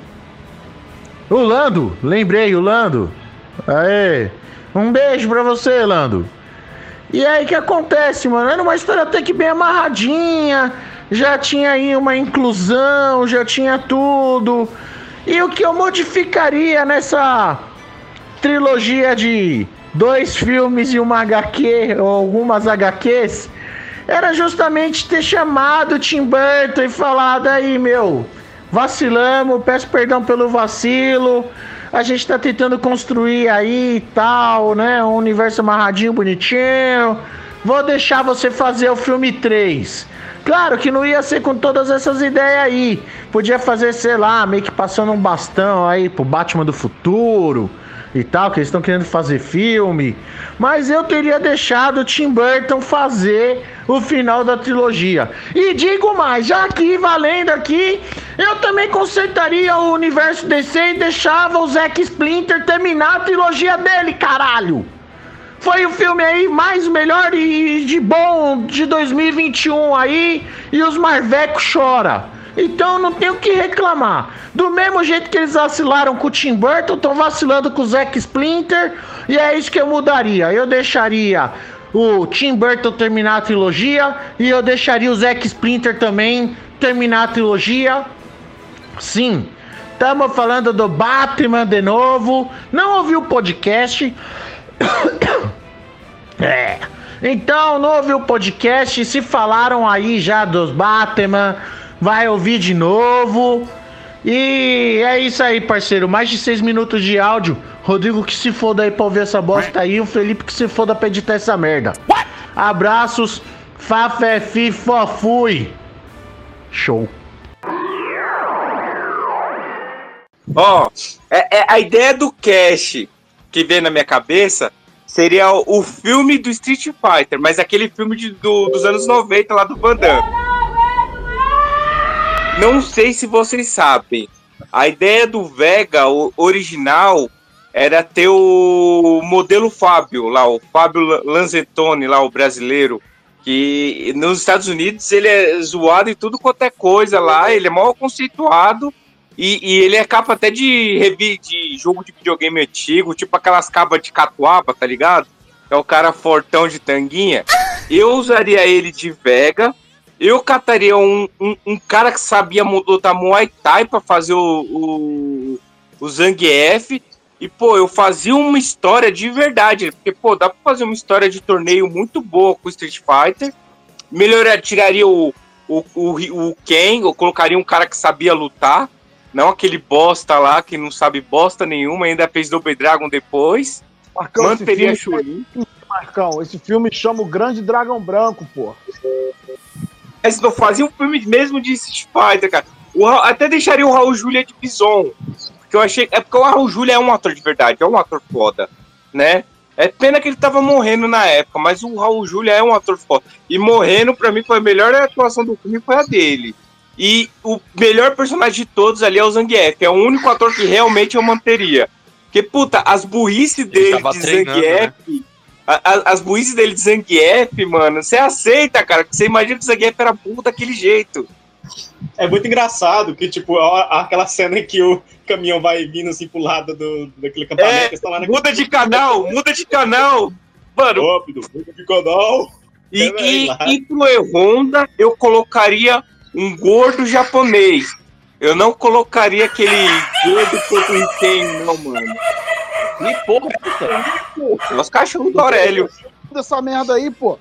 O Lando, lembrei, o Lando. Aê, um beijo pra você, Lando. E aí, o que acontece, mano? Era uma história até que bem amarradinha, já tinha aí uma inclusão, já tinha tudo. E o que eu modificaria nessa trilogia de dois filmes e uma H Q, ou algumas H Qs, era justamente ter chamado o Tim Burton e falado aí, meu, vacilamos, peço perdão pelo vacilo, a gente tá tentando construir aí e tal, né, um universo amarradinho, bonitinho, vou deixar você fazer o filme três. Claro que não ia ser com todas essas ideias aí, podia fazer, sei lá, meio que passando um bastão aí pro Batman do futuro e tal, que eles estão querendo fazer filme, mas eu teria deixado o Tim Burton fazer o final da trilogia. E digo mais, já aqui, valendo aqui, eu também consertaria o universo D C e deixava o Zack Splinter terminar a trilogia dele, caralho! Foi o filme aí mais melhor e de bom de dois mil e vinte e um aí, e os marvecos choram. Então não tenho o que reclamar. Do mesmo jeito que eles vacilaram com o Tim Burton, estão vacilando com o Zack Splinter, e é isso que eu mudaria. Eu deixaria o Tim Burton terminar a trilogia, e eu deixaria o Zack Splinter também terminar a trilogia. Sim, estamos falando do Batman de novo. Não ouviu o podcast? É, então não ouviu o podcast, se falaram aí já dos Batman, vai ouvir de novo. E é isso aí, parceiro, mais de seis minutos de áudio. Rodrigo que se foda aí pra ouvir essa bosta aí, o Felipe que se foda pra editar essa merda. Abraços, fafé, fi, fofui. Show. Ó, é, é a ideia do cast que veio na minha cabeça seria o, o filme do Street Fighter, mas aquele filme de, do, dos anos noventa lá do Van Damme. Não sei se vocês sabem, a ideia do Vega, o original, era ter o modelo Fábio, lá, o Fábio Lanzentoni, lá, o brasileiro, que nos Estados Unidos ele é zoado e tudo quanto é coisa lá, ele é mal conceituado. E, e ele é capa até de, revi, de jogo de videogame antigo, tipo aquelas capas de catuaba, tá ligado? É o cara fortão de tanguinha. Eu usaria ele de Vega. Eu cataria um, um, um cara que sabia lutar Muay Thai pra fazer o, o, o Zangief. E, pô, eu fazia uma história de verdade. Porque, pô, dá pra fazer uma história de torneio muito boa com o Street Fighter. Melhoraria, tiraria o, o, o, o Ken, eu colocaria um cara que sabia lutar. Não aquele bosta lá que não sabe bosta nenhuma, ainda fez Double Dragon depois. Marcão, manteria esse filme, Chun-Li. Marcão, esse filme chama o Grande Dragão Branco, pô. Mas não fazia um filme mesmo de Street Fighter, cara. O, até deixaria o Raul Julia de Bison. Porque eu achei. É porque o Raul Julia é um ator de verdade, é um ator foda. né? É pena que ele tava morrendo na época, mas o Raul Julia é um ator foda. E morrendo, pra mim, foi a melhor atuação do filme, foi a dele. E o melhor personagem de todos ali é o Zangief. É o único ator que realmente eu manteria. Porque, puta, as burrices dele de Zangief... Né? A, a, as burrices dele de Zangief, mano, você aceita, cara, que você imagina que o Zangief era burro daquele jeito. É muito engraçado que, tipo, aquela cena em que o caminhão vai vindo assim pro lado do, daquele acampamento. É, que estão lá na... muda de canal, muda de canal. Mano, rápido, muda de canal. E, e, e pro E-Honda, eu colocaria um gordo japonês. Eu não colocaria aquele gordo porto-riquenho, não, mano. Que porra, puta. Os cachorros do Aurélio. Dessa merda aí, pô.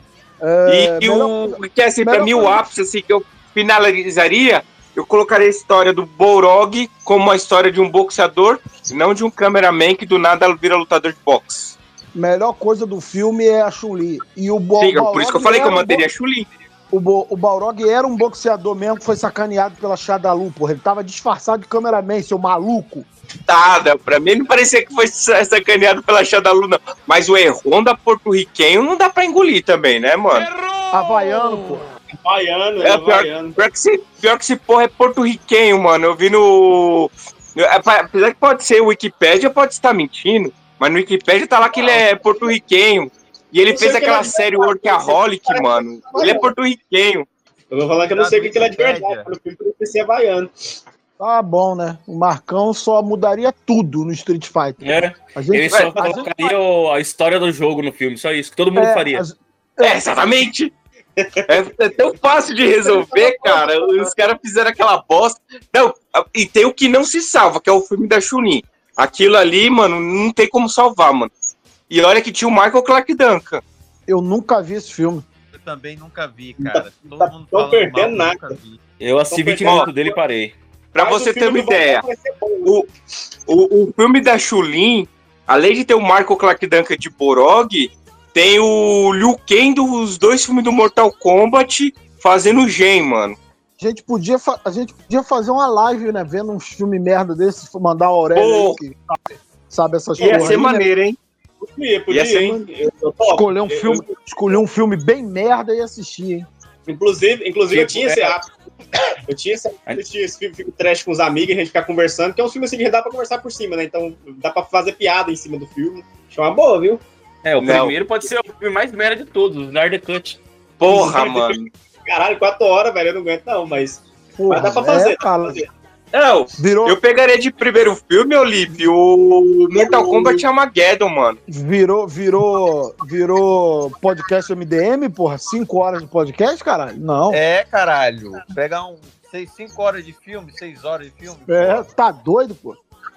É, e o que é assim, pra mim, o ápice assim, que eu finalizaria, eu colocaria a história do Balrog como a história de um boxeador, e não de um cameraman que do nada vira lutador de boxe. Melhor coisa do filme é a Chun-Li. E o Bo- Sim, Balrog por isso que eu falei que eu era um manteria bo- a Chun-Li. O, Bo- o Balrog era um boxeador mesmo que foi sacaneado pela Shadalu, porra. Ele tava disfarçado de cameraman, seu maluco. Nada, pra mim não parecia que foi sacaneado pela Shadalu, não. Mas o E-Honda porto-riquenho não dá pra engolir também, né, mano? Havaiano, pô. Havaiano, É, é, pior, havaiano. pior, que esse, pior que esse porra é porto-riquenho, mano. Eu vi no... Apesar que pode ser o Wikipédia, pode estar mentindo, mas no Wikipédia tá lá que ele é porto-riquenho. E ele Eu fez sei que aquela ele é série de Workaholic, verdade. mano. Ele é porto-riquenho. Eu vou falar que eu não sei o que que ele é de verdade, mas o filme parecia ser havaiano. Tá bom, né? O Marcão só mudaria tudo no Street Fighter. É. A gente- Ele só a gente- colocaria o- a história do jogo no filme, só isso, que todo mundo É, faria. as- É, exatamente. É, é tão fácil de resolver, cara. Os caras fizeram aquela bosta. Não, e tem o que não se salva, que é o filme da Chun-Li. Aquilo ali, mano, não tem como salvar, mano. E olha que tinha o Michael Clarke Duncan. Eu nunca vi esse filme. Eu também nunca vi, cara. Todo Tá mundo tão falando perdendo mal, nada. nunca vi. Eu assisti vinte Ó, minutos dele e parei. Pra Mas você o ter filme uma do Balrog ideia, vai ser bom. o, o, o filme da Chun-Li, além de ter o Michael Clarke Duncan de Balrog, tem o Liu Kang dos dois filmes do Mortal Kombat fazendo o Gen, mano. A gente, podia fa- a gente podia fazer uma live, né? Vendo uns filmes merda desses, mandar o Aurélio aí, Pô. que sabe, sabe essas Ia porra ser aí, né? maneiro, hein? Podia, podia, Ia ser hein? maneiro. Eu- eu topo. Escolher um Eu- filme, escolher um filme bem merda e assistir, hein? Inclusive, inclusive eu Tipo, tinha esse é. hábito. Eu tinha esse hábito de assistir esse filme, filme trash com os amigos e a gente ficar conversando, que é um filme assim que dá pra conversar por cima, né? Então dá pra fazer piada em cima do filme. Acho uma boa, viu? É, o Não. primeiro pode ser o filme mais merda de todos, o Snyder Cut. Porra, mano. Caralho, quatro horas, velho, eu não aguento não, mas. Porra, mas dá pra fazer. é, dá pra cara. fazer. Não, Virou, eu pegaria de primeiro filme, Olipe, o Mortal Kombat Armageddon, mano. virou, virou, virou podcast M D M, porra? Cinco horas de podcast, caralho? Não. É, caralho. Pegar um seis, cinco horas de filme, seis horas de filme. É, tá doido, pô.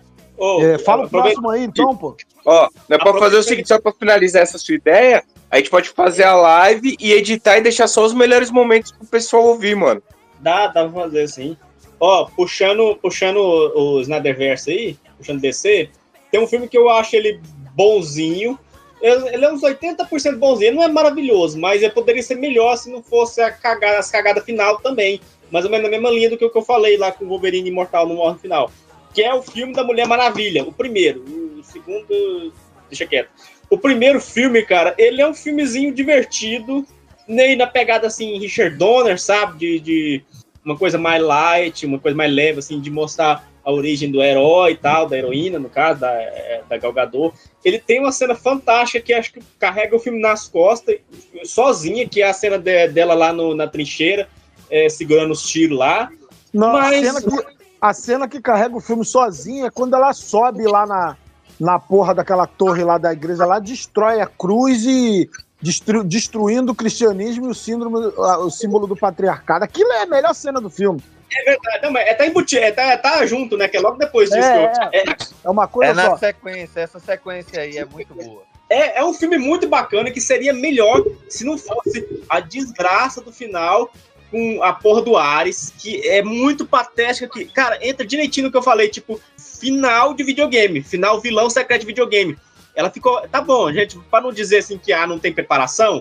Ô, É, fala o aproveita- próximo aí, então, pô. Ó, nós podemos fazer o seguinte, só pra finalizar essa sua ideia, a gente pode fazer a live e editar e deixar só os melhores momentos pro pessoal ouvir, mano. Dá, dá pra fazer sim. Ó, puxando, puxando o, o Snyderverse aí, puxando D C, tem um filme que eu acho ele bonzinho. Ele, ele é uns oitenta por cento bonzinho, ele não é maravilhoso, mas ele poderia ser melhor se não fosse a cagada, as cagadas final também. Mais ou menos na mesma linha do que o que eu falei lá com o Wolverine Imortal no morre no final. Que é o filme da Mulher Maravilha, o primeiro. O segundo, deixa quieto. O primeiro filme, cara, ele é um filmezinho divertido, nem na pegada assim, Richard Donner, sabe? De, de uma coisa mais light, uma coisa mais leve, assim, de mostrar a origem do herói e tal, da heroína, no caso, da, da Gal Gadot. Ele tem uma cena fantástica que acho que carrega o filme nas costas, sozinha, que é a cena de, dela lá no, na trincheira, é, segurando os tiros lá. Não, Mas- a, cena que, a cena que carrega o filme sozinha é quando ela sobe lá na, na porra daquela torre lá da igreja, lá destrói a cruz e destru, destruindo o cristianismo e o, síndrome, o símbolo do patriarcado. Aquilo é a melhor cena do filme. É verdade, não, mas é tá embutido, é tá, tá junto, né? Que é logo depois disso. É, que eu- é, É uma coisa É na só. sequência, essa sequência aí é muito boa. É, é um filme muito bacana que seria melhor se não fosse a desgraça do final com a porra do Ares, que é muito patética. Que, cara, entra direitinho no que eu falei, tipo, final de videogame, final vilão secreto de videogame. Ela ficou, tá bom, gente, para não dizer assim que ah, não tem preparação,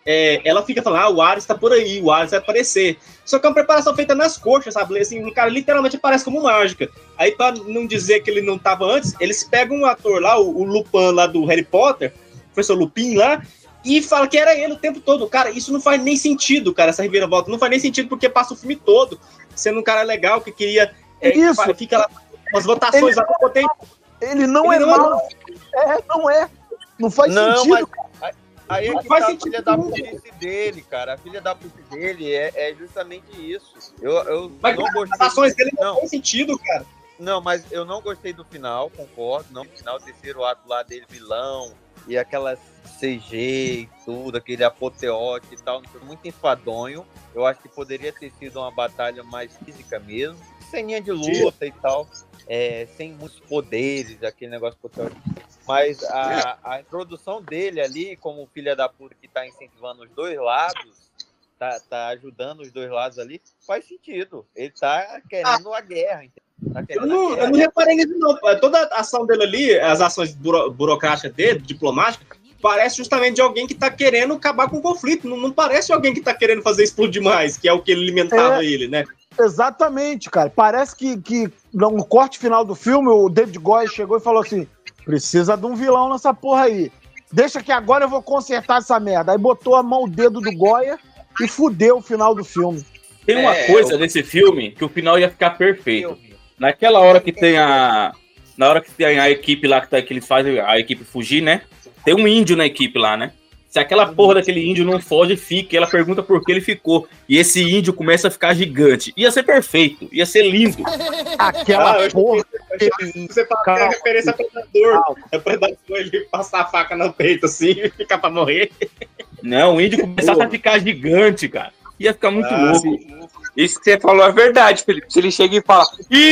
é, ela fica falando, ah, o Ares tá por aí, o Ares vai aparecer. Só que é uma preparação feita nas coxas, sabe? Assim, o cara literalmente aparece como mágica. Aí, pra não dizer que ele não tava antes, eles pegam um ator lá, o, o Lupin lá do Harry Potter, o professor Lupin lá, e fala que era ele o tempo todo. Cara, isso não faz nem sentido, cara, essa reviravolta. Não faz nem sentido porque passa o filme todo sendo um cara legal que queria... É, isso. Fica lá, as votações Ele- lá, eu botei... Ele não Ele é não é mal. mal. É, não é. Não faz Não, sentido. mas aí é Não que faz tá a sentido filha da nenhum. putice dele, cara. A filha da putice dele é, é justamente isso. Eu, eu Mas não as gostei. votações dele não, Não. faz sentido, cara. Não, mas eu não gostei do final, concordo. Não, no final, o terceiro ato lá dele, vilão, e aquelas C G e tudo, aquele apoteótico e tal, muito enfadonho. Eu acho que poderia ter sido uma batalha mais física mesmo, ceninha de luta e tal, é, sem muitos poderes, aquele negócio apoteótico. Mas a, a introdução dele ali, como filha da puta que tá incentivando os dois lados, tá, tá ajudando os dois lados ali, faz sentido. Ele tá querendo a guerra, entendeu? Tá Eu querendo não, a eu guerra. não reparei nisso, não. Toda a ação dele ali, as ações buro, burocráticas dele, diplomáticas, parece justamente de alguém que tá querendo acabar com o conflito. Não, não parece alguém que tá querendo fazer explodir mais, que é o que alimentava É. ele, né? Exatamente, cara. Parece que, que no corte final do filme, o David Goyer chegou e falou assim: precisa de um vilão nessa porra aí. Deixa que agora eu vou consertar essa merda. Aí botou a mão, o dedo do Goyer e fudeu o final do filme. Tem uma É, coisa eu- desse filme que o final ia ficar perfeito. Naquela hora que tem a. Na hora que tem a equipe lá que, tá, que eles fazem a equipe fugir, né? Tem um índio na equipe lá, né? Se aquela porra daquele índio não foge, fica. Ela pergunta por que ele ficou. E esse índio começa a ficar gigante. Ia ser perfeito. Ia ser lindo. Aquela Ah, eu porra. achei que você fala que é referência a Predador. É Predador, ele passar a faca no peito assim e ficar pra morrer. Não, o índio começasse a ficar gigante, cara. Ia ficar muito Ah, louco. sim. Isso que você falou é verdade, Felipe. Se ele chega e fala,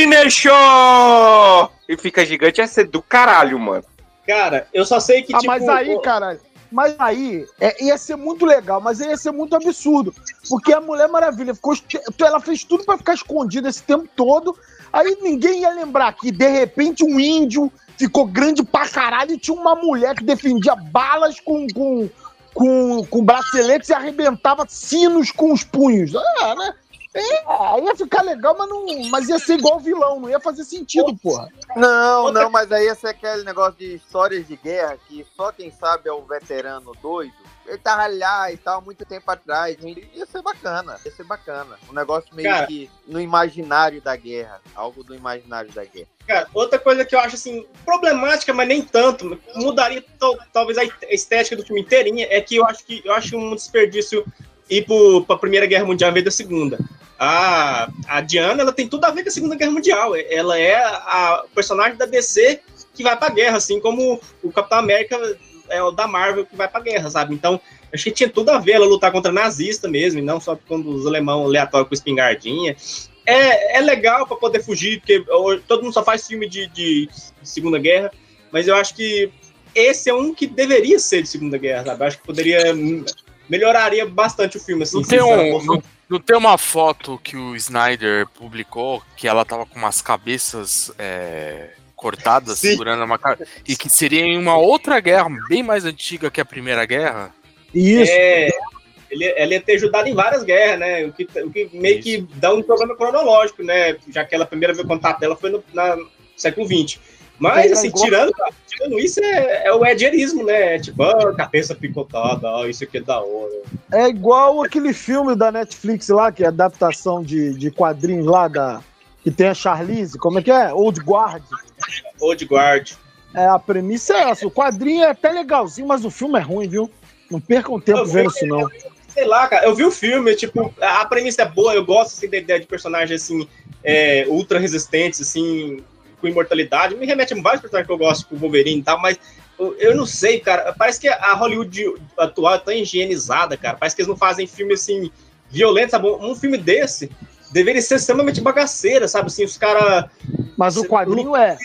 Inesho! E fica gigante, ia ser do caralho, mano. Cara, eu só sei que, Ah, tipo... mas aí, o- caralho. Mas aí, é, ia ser muito legal, mas ia ser muito absurdo. Porque a Mulher Maravilha ficou. Ela fez tudo pra ficar escondida esse tempo todo. Aí ninguém ia lembrar que, de repente, um índio ficou grande pra caralho e tinha uma mulher que defendia balas com, com, com, com braceletes e arrebentava sinos com os punhos. Ah, né? É, aí ia ficar legal, mas, não, mas ia ser igual vilão, não ia fazer sentido, porra. Não, não, mas aí esse é aquele negócio de histórias de guerra que só quem sabe é o veterano doido. Ele tava lá e tal, muito tempo atrás. Ia ser bacana, ia ser bacana. Um negócio meio Cara. que no imaginário da guerra. Algo do imaginário da guerra. Cara, outra coisa que eu acho, assim, problemática, mas nem tanto, mudaria tal- talvez a estética do filme inteirinha, é que eu acho que eu acho um desperdício ir pro, pra Primeira Guerra Mundial em vez da Segunda. A, a Diana, ela tem tudo a ver com a Segunda Guerra Mundial. Ela é a personagem da D C que vai pra guerra, assim como o Capitão América é o da Marvel que vai pra guerra, sabe? Então, acho que tinha tudo a ver ela lutar contra nazista mesmo, e não só quando os alemão aleatórios com espingardinha. É, é legal pra poder fugir, porque hoje todo mundo só faz filme de, de Segunda Guerra, mas eu acho que esse é um que deveria ser de Segunda Guerra, sabe? Eu acho que poderia... melhoraria bastante o filme, assim. Não se tem, essa um, moção- não, não tem uma foto que o Snyder publicou que ela tava com umas cabeças é, cortadas, Sim. segurando uma cara. E que seria em uma outra guerra, bem mais antiga que a Primeira Guerra. Isso. É, ele, ele ia ter ajudado em várias guerras, né? O que, o que meio que dá um problema cronológico, né? Já que ela, a primeira vez contato dela foi no na, século vinte. Mas, É, assim, igual- tirando, tirando isso, é, é o edgerismo, né? Tipo, ah, cabeça picotada, ah, isso aqui é da hora. É igual aquele filme da Netflix lá, que é adaptação de, de quadrinhos lá, da, que tem a Charlize, como é que é? Old Guard. Old Guard. É, a premissa é essa, o quadrinho é até legalzinho, mas o filme é ruim, viu? Não percam tempo Eu vendo vi- isso, não. Sei lá, cara, eu vi o filme, tipo, a premissa é boa, eu gosto, assim, da ideia de personagens, assim, é, ultra resistentes, assim, com imortalidade. Me remete a vários personagens que eu gosto, tipo o Wolverine e tal, mas eu, eu não sei, cara, parece que a Hollywood atual é tão higienizada, cara, parece que eles não fazem filme, assim, violento, sabe? Um filme desse deveria ser extremamente bagaceira, sabe? Assim, os caras... Mas o quadrinho é.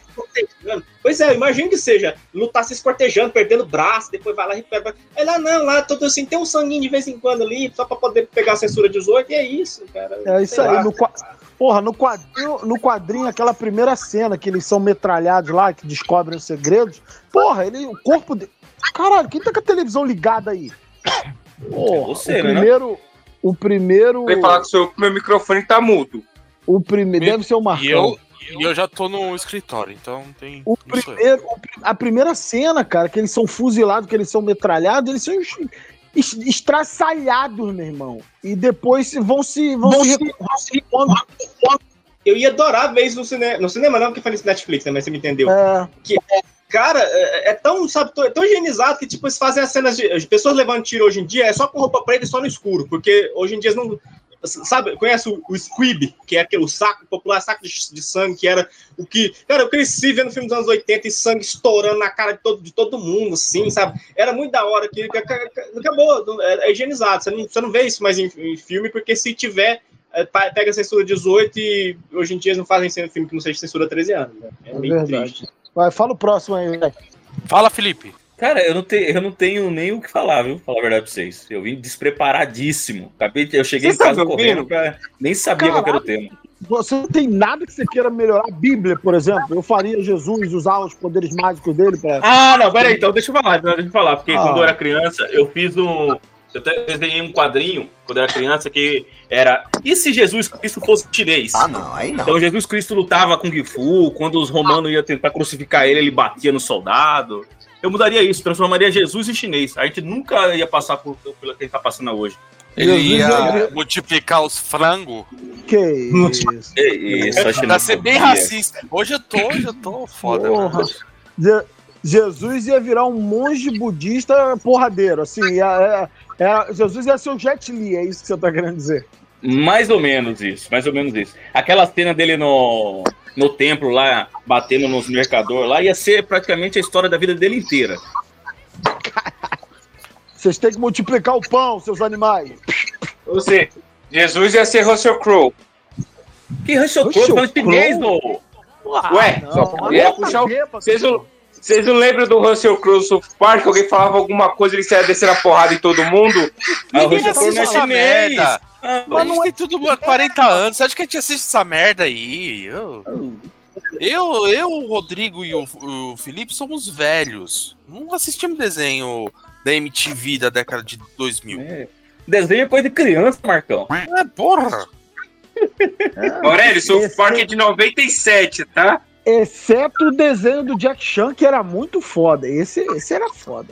Pois é, eu imagino que seja lutar se escortejando, perdendo braço, depois vai lá e recupera. Aí lá não, lá todo assim, tem um sanguinho de vez em quando ali, só pra poder pegar a censura dezoito, e é isso, cara. É isso Sei aí. lá. No, qua- porra, no quadrinho, no quadrinho, aquela primeira cena que eles são metralhados lá, que descobrem os segredos. Porra, ele, o corpo de... Caralho, quem tá com a televisão ligada aí? Porra, você, o né, primeiro. O primeiro. Vem falar com o seu meu microfone tá mudo. O primeiro. Deve ser o Marcão. E eu, e eu já tô no escritório, então tem. O primeiro, o pri- a primeira cena, cara, que eles são fuzilados, que eles são metralhados, eles são es- es- estraçalhados, meu irmão. E depois se- vão se. Vão Vão se, se- vão se repondo. Eu ia adorar ver isso no cinema. No cinema não, porque foi nesse Netflix, né? Mas você me entendeu. É. Que, cara, é, é tão, sabe, tão, é tão higienizado que, tipo, eles fazem as cenas de. As pessoas levando tiro hoje em dia é só com roupa preta e só no escuro. Porque hoje em dia eles não. Sabe, conhece o, o Squib, que é aquele o saco, o popular saco de, de sangue, que era o que. Cara, eu cresci vendo filme dos anos oitenta e sangue estourando na cara de todo, de todo mundo, assim, sabe? Era muito da hora que, que, que acabou, é, é higienizado. Você não, você não vê isso mais em, em filme, porque se tiver. É, pega a censura dezoito e hoje em dia eles não fazem filme que não seja censura treze anos. Né? É, É meio verdade. triste. Vai, fala o próximo aí, velho. Fala, Felipe. Cara, eu não, tenho, eu não tenho nem o que falar, viu? Falar a verdade pra vocês. Eu vim despreparadíssimo. Acabei de, eu cheguei Você em casa sabe correndo, ouvindo? pra, nem sabia qual que era o tema. Você não tem nada que você queira melhorar. A Bíblia, por exemplo. Eu faria Jesus usar os poderes mágicos dele pra. Ah, não, peraí, então deixa eu falar, deixa eu falar, porque Ah. quando eu era criança, eu fiz um. Eu até desenhei um quadrinho quando eu era criança que era. E se Jesus Cristo fosse chinês? Ah, não, aí não. Então Jesus Cristo lutava com Kung Fu, quando os romanos iam tentar crucificar ele, ele batia no soldado. Eu mudaria isso, transformaria Jesus em chinês. A gente nunca ia passar por, pelo que ele tá passando hoje. Ele Jesus ia é- multiplicar os frangos. Que isso? É isso, a Pra ser bem xenofobia. racista. Hoje eu tô, hoje eu tô foda, Porra. mano. Je- Jesus ia virar um monge budista porradeiro. Assim, ia- é- é- Jesus ia ser o Jet Li, é isso que você tá querendo dizer. Mais ou menos isso, mais ou menos isso. Aquela cena dele no, no templo lá, batendo nos mercadores lá, ia ser praticamente a história da vida dele inteira. Vocês têm que multiplicar o pão, seus animais. Você, Jesus ia ser Russell Crowe. Que Russell Russell Crowe falando chinês, Crowe? ô! Ué, não, só mas ia não puxar o. bêbado. Vocês não, vocês não lembram do Russell Crowe no South Park? Alguém falava alguma coisa, ele saia descendo a porrada em todo mundo? Ah, o Ninguém Russell Crowe assiste não é essa chinês! merda. Ah, A gente tem tudo há quarenta anos. Você acha que a gente assiste essa merda aí? Eu, eu, eu o Rodrigo e o, o Felipe somos velhos. Não assistimos desenho da M T V da década de dois mil. é. Desenho é coisa de criança, Marcão. É, porra. Aurélio, South Park é de noventa e sete, tá? Exceto o desenho do Jack Chan, que era muito foda. Esse, esse era foda.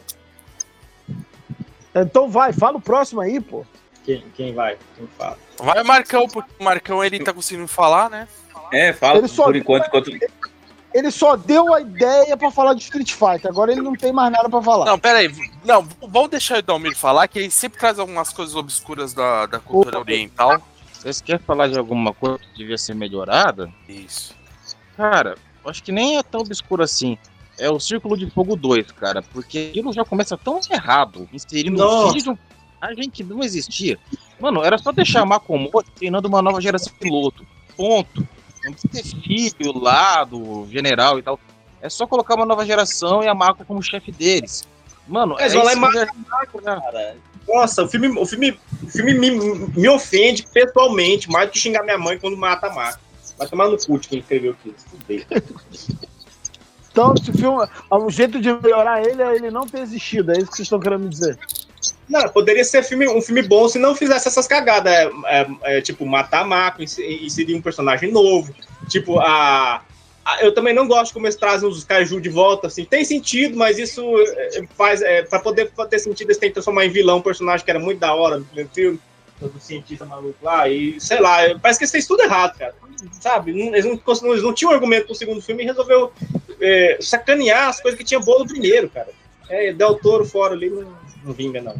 Então vai, fala o próximo aí, pô. Quem, quem vai? Quem fala? Vai o Marcão, porque o Marcão ele tá conseguindo falar, né? É, fala Ele só- por enquanto, enquanto. Ele só deu a ideia pra falar de Street Fighter. Agora ele não tem mais nada pra falar. Não, pera aí. Não, v- vamos deixar o Dalmir falar, que ele sempre traz algumas coisas obscuras da, da cultura oriental. Vocês querem falar de alguma coisa que devia ser melhorada? Isso. Cara, eu acho que nem é tão obscuro assim. É o Círculo de Fogo dois, cara. Porque aquilo já começa tão errado. Inserindo Nossa. um filho de um a gente que não existia. Mano, era só deixar a Makomoto treinando uma nova geração de piloto. Ponto. Não precisa ter filho lá do general e tal. É só colocar uma nova geração e a Mako como chefe deles. Mano, Mas é olha isso lá, que já- Cara, nossa, o filme, o filme, o filme me, me ofende pessoalmente, mais do que xingar minha mãe quando mata a Marco. Vai tomar no cu de quem escreveu aquilo. Fudeu. Então, esse filme, um jeito de melhorar ele é ele não ter existido. É isso que vocês estão querendo me dizer. Não, poderia ser filme, um filme bom se não fizesse essas cagadas. É, é, é, tipo, matar a Marco, inserir um personagem novo. Tipo, a, a- eu também não gosto como eles trazem os Kaiju de volta. Assim. Tem sentido, mas isso é, faz. É, pra poder ter sentido, eles têm que transformar em vilão um personagem que era muito da hora no primeiro filme. Do cientista maluco lá. E sei lá, parece que eles fez tudo errado, cara. Sabe? Eles não, eles não tinham argumento pro segundo filme e resolveu é, sacanear as coisas que tinha boa no primeiro, cara. É, Del Toro fora ali não, não vinga, não.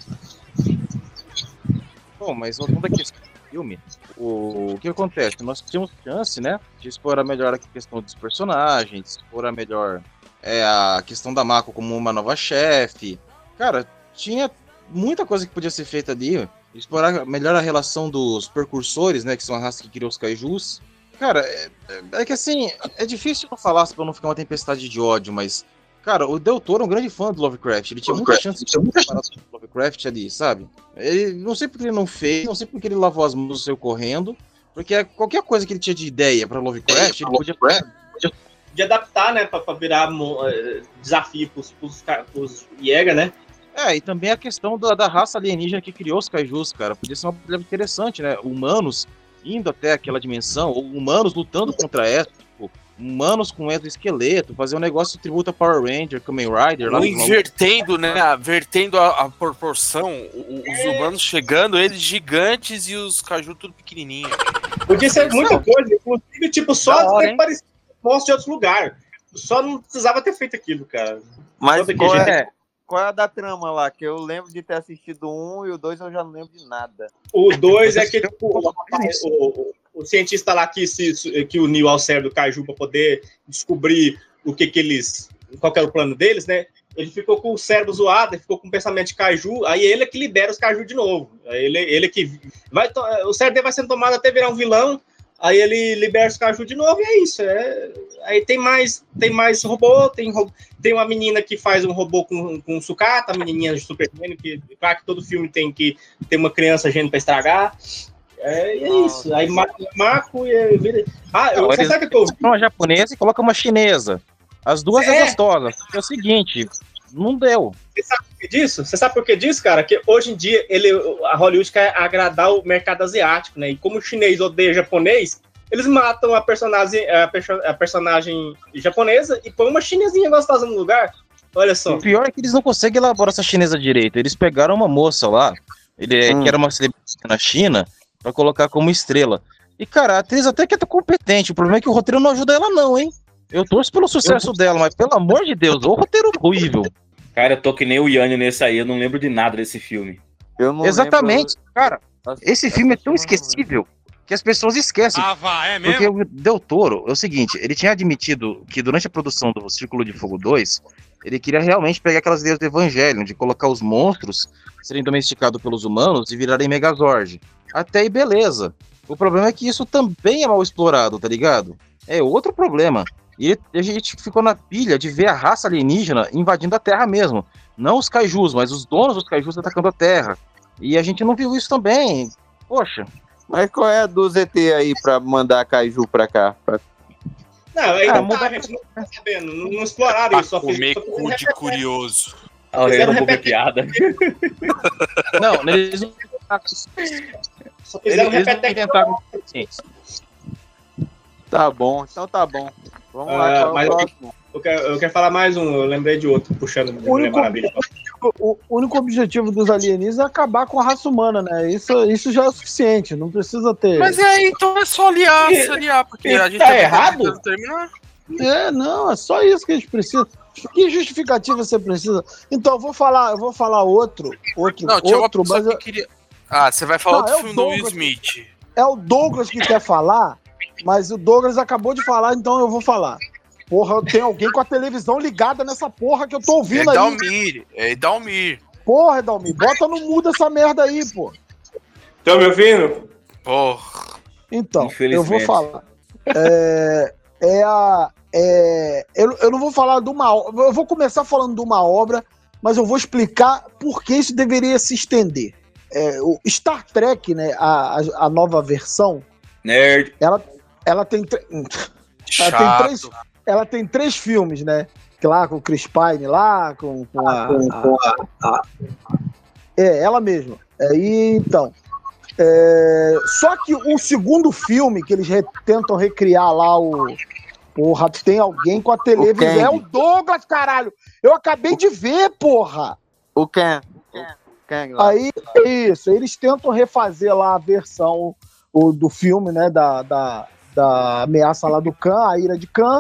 Bom, mas voltando aqui ao filme, o, o que acontece? Nós tínhamos chance, né, de explorar melhor a questão dos personagens, explorar melhor é, a questão da Mako como uma nova chefe. Cara, tinha muita coisa que podia ser feita ali. Explorar melhor a relação dos percursores, né, que são a raça que criou os kaijus. Cara, é, é- é que assim, é difícil eu falar pra não ficar uma tempestade de ódio, mas... Cara, o Del Toro é um grande fã do Lovecraft. Ele tinha muita chance de comparar com o Lovecraft ali, sabe? Ele, não sei porque ele não fez, não sei porque ele lavou as mãos e saiu correndo. Porque qualquer coisa que ele tinha de ideia pra Lovecraft, ele podia... De adaptar, né, pra, pra virar mo- eh, desafio pros, pros, ca- pros Jäger, né? É, É, e também a questão da, da raça alienígena que criou os kaijus, cara. Podia ser uma coisa interessante, né? Humanos indo até aquela dimensão, ou humanos lutando contra essa, tipo, humanos com exoesqueleto, fazer um negócio tributo a Power Ranger, Kamen Rider. Lá Ou invertendo, né? Vertendo a, a proporção, o- os É. humanos chegando, eles gigantes e os caju tudo pequenininho. Podia ser muita coisa, inclusive, tipo, só Da hora, ter hein? parecido com monstros de outros lugares. Só não precisava ter feito aquilo, cara. Mas Todo qual jeito. é, qual é a da trama lá? Que eu lembro de ter assistido um e o dois eu já não lembro de nada. O dois é que tipo, o, rapaz- o- o- o cientista lá que, se, que uniu ao cérebro do Caju para poder descobrir o que, que eles. Qual que era o plano deles, né? Ele ficou com o cérebro zoado, ele ficou com o pensamento de Caju, aí ele é que libera os Caju de novo. Aí ele, ele que. Vai, to- o cérebro dele vai sendo tomado até virar um vilão, aí ele libera os Caju de novo e é isso. É, aí tem mais, tem mais robô, tem, ro- tem uma menina que faz um robô com, com sucata, a menininha de Super Gênio, que claro que todo filme tem que ter uma criança gênio para estragar. É, e é isso. Aí mata o Marco e aí vira. Ah, eu, Não, você eles sabe o que eu vi? uma japonesa e coloca uma chinesa. As duas é, É. gostosas. É o seguinte, não deu. Você sabe por que disso? Você sabe por que disso, cara? Que hoje em dia ele, a Hollywood quer agradar o mercado asiático, né? E como o chinês odeia japonês, eles matam a personagem, a, perso- a personagem japonesa e põem uma chinesinha gostosa no lugar. Olha só. O pior é que eles não conseguem elaborar essa chinesa direito. Eles pegaram uma moça lá, ele, Hum. que era uma celebridade na China, pra colocar como estrela. E, cara, a atriz até que é competente. O problema é que o roteiro não ajuda ela, não, hein? Eu torço pelo sucesso dela, mas pelo amor de Deus, o roteiro horrível. Cara, eu tô que nem o Yannio nesse aí, eu não lembro de nada desse filme. Eu não Exatamente, lembro- cara. Nossa, Esse filme é tão esquecível que as pessoas esquecem. Ah, vá, é Porque mesmo? o Del Toro é o seguinte, ele tinha admitido que durante a produção do Círculo de Fogo dois, ele queria realmente pegar aquelas ideias do Evangelho, de colocar os monstros serem domesticados pelos humanos e virarem Megazord. Até aí, beleza. O problema é que isso também é mal explorado, tá ligado? É outro problema. E a gente ficou na pilha de ver a raça alienígena invadindo a Terra mesmo. Não os kaijus, mas os donos dos kaijus atacando a Terra. E a gente não viu isso também. Poxa. Mas qual é a do Z T aí pra mandar a Kaiju pra cá? Pra- Não, aí Ah, não muda- tá, a gente não tá sabendo. Não, não exploraram Pra isso. Só fiz- comer só fizeram cu de repetir. curioso. A Aurélio Fizeram roubou repetir. piada. Não, eles não Só fizeram eles não repetir. inventaram ciência. Tá bom, então tá bom. Vamos Ah, lá, qual é mas o eu- próximo? Eu quero, eu quero falar mais um, eu lembrei de outro, puxando de O Mulher único, Maravilha. o, o único objetivo dos alienígenas é acabar com a raça humana, né? Isso, isso já é o suficiente, não precisa ter. Mas é, então é só aliar, se aliar, porque a gente Tá também errado? tentando terminar. É, não, é só isso que a gente precisa. Que justificativa você precisa? Então, eu vou falar, eu vou falar outro, outro, Não, tinha uma outro, pessoa mas que eu- queria. Ah, você vai falar Não, do é o filme do Will Douglas. Smith. é o Douglas que quer falar, mas o Douglas acabou de falar, então eu vou falar. Porra, tem alguém com a televisão ligada nessa porra que eu tô É ouvindo aí. Dalmir, é Dalmir. Porra, Dalmir, bota no mudo essa merda aí, pô. Estão me ouvindo? Porra. Então, eu Infelizmente. vou falar. É, é a. É, eu, eu não vou falar de uma obra. Eu vou começar falando de uma obra, mas eu vou explicar por que isso deveria se estender. É, o Star Trek, né? A, a, a nova versão, Nerd. ela, ela tem. tre- Ela tem, Chato. três, ela tem três filmes, né? Que lá com o Chris Pine lá, com, com a. a- É, ela mesma. Aí, então. é, só que o segundo filme que eles re- tentam recriar lá o. Porra, tem alguém com a televisão. Kang. É o Douglas, caralho! Eu acabei de ver, porra! O Ken. O Ken lá. Aí, isso, eles tentam refazer lá a versão o, do filme, né, da, da, da ameaça lá do Khan, a ira de Khan,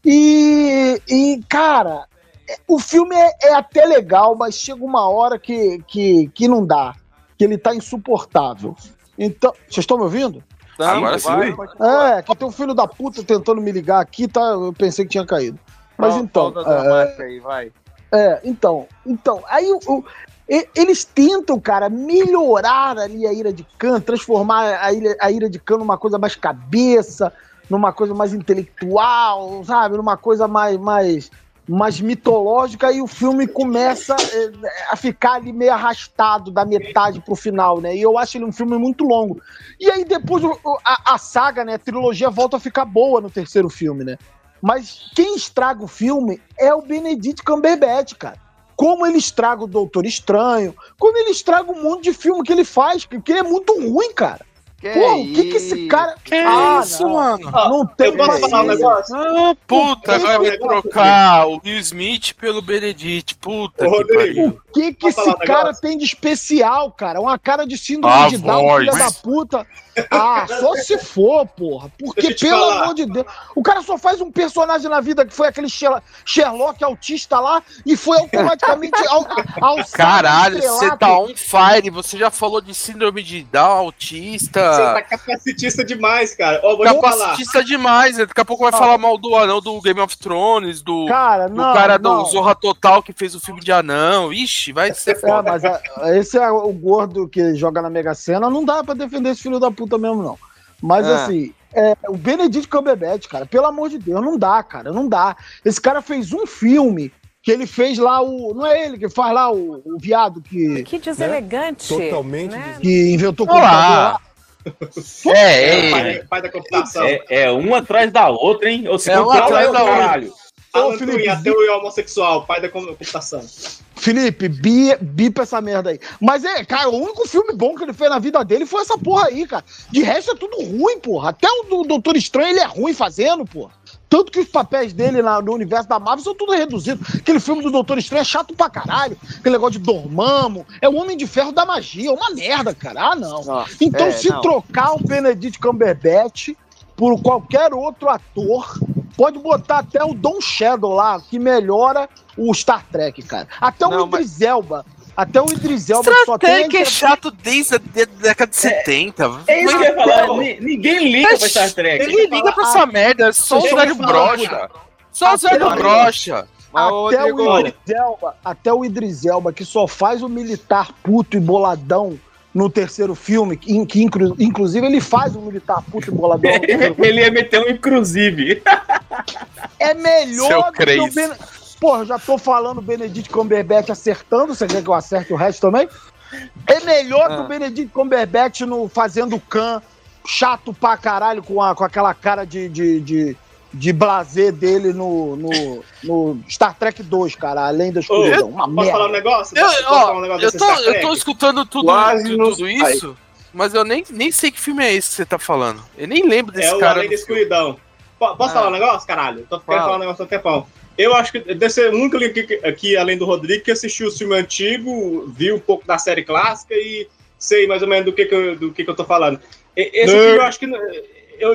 e, e cara, é- o filme é, é até legal, mas chega uma hora que, que, que não dá, que ele tá insuportável. Então, vocês estão me ouvindo? Tá, Agora vai, sim. continua. É, que tem um filho da puta tentando me ligar aqui, tá? Eu pensei que tinha caído. Mas Qual- então, qual da é, dramática aí, vai. é, então, então, aí o, o- e- eles tentam, cara, melhorar ali a ira de Khan, transformar a ira, a ira de Khan numa coisa mais cabeça, numa coisa mais intelectual, sabe? Numa coisa mais, mais, mais mitológica, e o filme começa é, a ficar ali meio arrastado da metade pro final, né? E eu acho ele um filme muito longo. E aí depois o- o- a, a saga, né, a trilogia volta a ficar boa no terceiro filme, né? Mas quem estraga o filme é o Benedict Cumberbatch, cara. como ele estraga o Doutor Estranho, como ele estraga um monte de filme que ele faz, porque ele é muito ruim, cara. Que Pô, o que que esse cara... Que ah, isso, não. mano? Não tem Eu posso falar um negócio? Ah, puta, agora vai trocar o Will Smith pelo Benedict. Puta Ô, que Rodrigo. pariu. O que que Posso esse falar um cara negócio? tem de especial, cara? Uma cara de síndrome A de Down, voz. filha da puta. Ah, só se for, porra. Porque, Deixa eu te pelo falar. amor de Deus, o cara só faz um personagem na vida que foi aquele Sher- Sherlock autista lá e foi automaticamente ao, alçado Caralho, estrelato. você tá on fire. Você já falou de síndrome de Down, autista. Você tá capacitista demais, cara. Ó, vou te falar. Capacitista demais. né? Daqui a pouco vai falar mal do anão do Game of Thrones, do, Cara, do não, cara não. do Zorra Total que fez o filme de anão. Ixi, vai ser É, foda. mas a- esse é o gordo que joga na Mega Sena, não dá pra defender esse filho da puta mesmo, não. Mas Ah. assim, é, o Benedict Cumberbatch, cara, pelo amor de Deus, não dá, cara, não dá. Esse cara fez um filme que ele fez lá o... Não é ele que faz lá o, o viado que... Que deselegante. Totalmente né? que inventou o Olá. computador lá. É, é, Pai, pai da computação. É, é uma atrás da outra, hein? Você É uma controla atrás eu, da outra. caralho. Alan Ô, Felipe, Turing, ateu e homossexual, pai da computação. Felipe, bi- bipa essa merda aí. Mas é, cara, o único filme bom que ele fez na vida dele foi essa porra aí, cara. De resto é tudo ruim, porra. Até o do Doutor Estranho ele é ruim fazendo, porra. Tanto que os papéis dele na- no universo da Marvel são tudo reduzidos. Aquele filme do Doutor Estranho é chato pra caralho. Aquele negócio de Dormammu. É o Homem de Ferro da magia. É uma merda, cara. Ah, não. Não, Então, é, se não. trocar o Benedict Cumberbatch por qualquer outro ator, pode botar até o Don Shadow lá, que melhora o Star Trek, cara. Até o Não, Idris Elba. Até o Idris Elba que só tem... Star Trek é chato desde a de- década de setenta. É isso que eu ia falar. Ni- Ninguém liga pra Star Trek. Ninguém liga pra essa merda, é só os Deixa eu velhos falar, brocha. Só os Até velhos o- brocha. Mas, ô, Até Rodrigo, o, olha, Idris Elba, até o Idris Elba, que só faz o militar puto e boladão no terceiro filme, que, in- que inclu- inclusive ele faz o militar puto e boladão no terceiro filme. Ele ia meter um inclusive. É Seu melhor do que o Crazy. Ben... Porra, eu já tô falando o Benedict Cumberbatch acertando, você quer que eu acerte o resto também? É melhor Ah. que o Benedict Cumberbatch no Fazendo Khan, chato pra caralho, com, a, com aquela cara de, de, de, de blazer dele no, no, no Star Trek dois, cara, Além da Escuridão. Uma Posso merda. falar um negócio? Eu, Posso ó, falar um negócio eu, desse tô, Star eu Trek? tô escutando tudo, Quase tudo, não tudo isso, mas eu nem, nem sei que filme é esse que você tá falando. Eu nem lembro desse É o cara. Além da no filme. Escuridão. Po- Posso Ah. falar um negócio, caralho? Tô querendo Fala. falar um negócio há um tempão. Eu acho que deve ser o único aqui, aqui, além do Rodrigo, que assistiu o filme antigo, viu um pouco da série clássica e sei mais ou menos do que, que, eu, do que, que eu tô falando. E- Esse Nerd. filme eu acho que. Eu,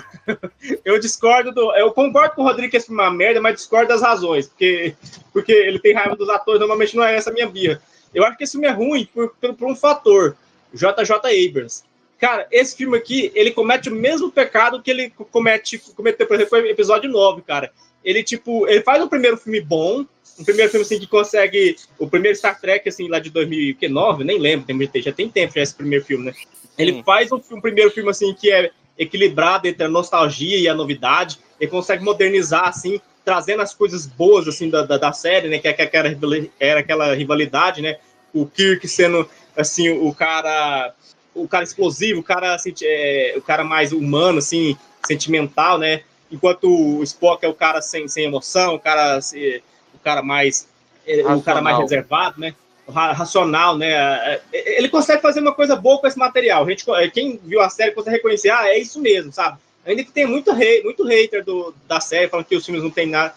eu discordo do. Eu concordo com o Rodrigo que esse filme é uma merda, mas discordo das razões. Porque, porque ele tem raiva dos atores, normalmente não é essa a minha birra. Eu acho que esse filme é ruim por, por, por um fator. J J. Abrams. Cara, esse filme aqui, ele comete o mesmo pecado que ele comete, cometeu, por exemplo, foi o episódio nove, cara. Ele, tipo, ele faz um primeiro filme bom, um primeiro filme, assim, que consegue... O primeiro Star Trek, assim, lá de dois mil e nove, nem lembro, tem, já tem tempo já esse primeiro filme, né? Ele Sim. faz um, um primeiro filme, assim, que é equilibrado entre a nostalgia e a novidade. Ele consegue modernizar, assim, trazendo as coisas boas, assim, da, da, da série, né? Que, é- que era, rivali- era aquela rivalidade, né? O Kirk sendo, assim, o cara... O cara explosivo, o cara, assim, é, o cara mais humano, assim, sentimental, né? Enquanto o Spock é o cara sem, sem emoção, o cara, assim, o cara mais... é, o cara mais Racional. reservado, né? Ra- Racional, né? É, é, Ele consegue fazer uma coisa boa com esse material. A gente, é, quem viu a série consegue reconhecer, ah, é isso mesmo, sabe? Ainda que tem muito, hate, muito hater do, da série, falando que os filmes não tem nada...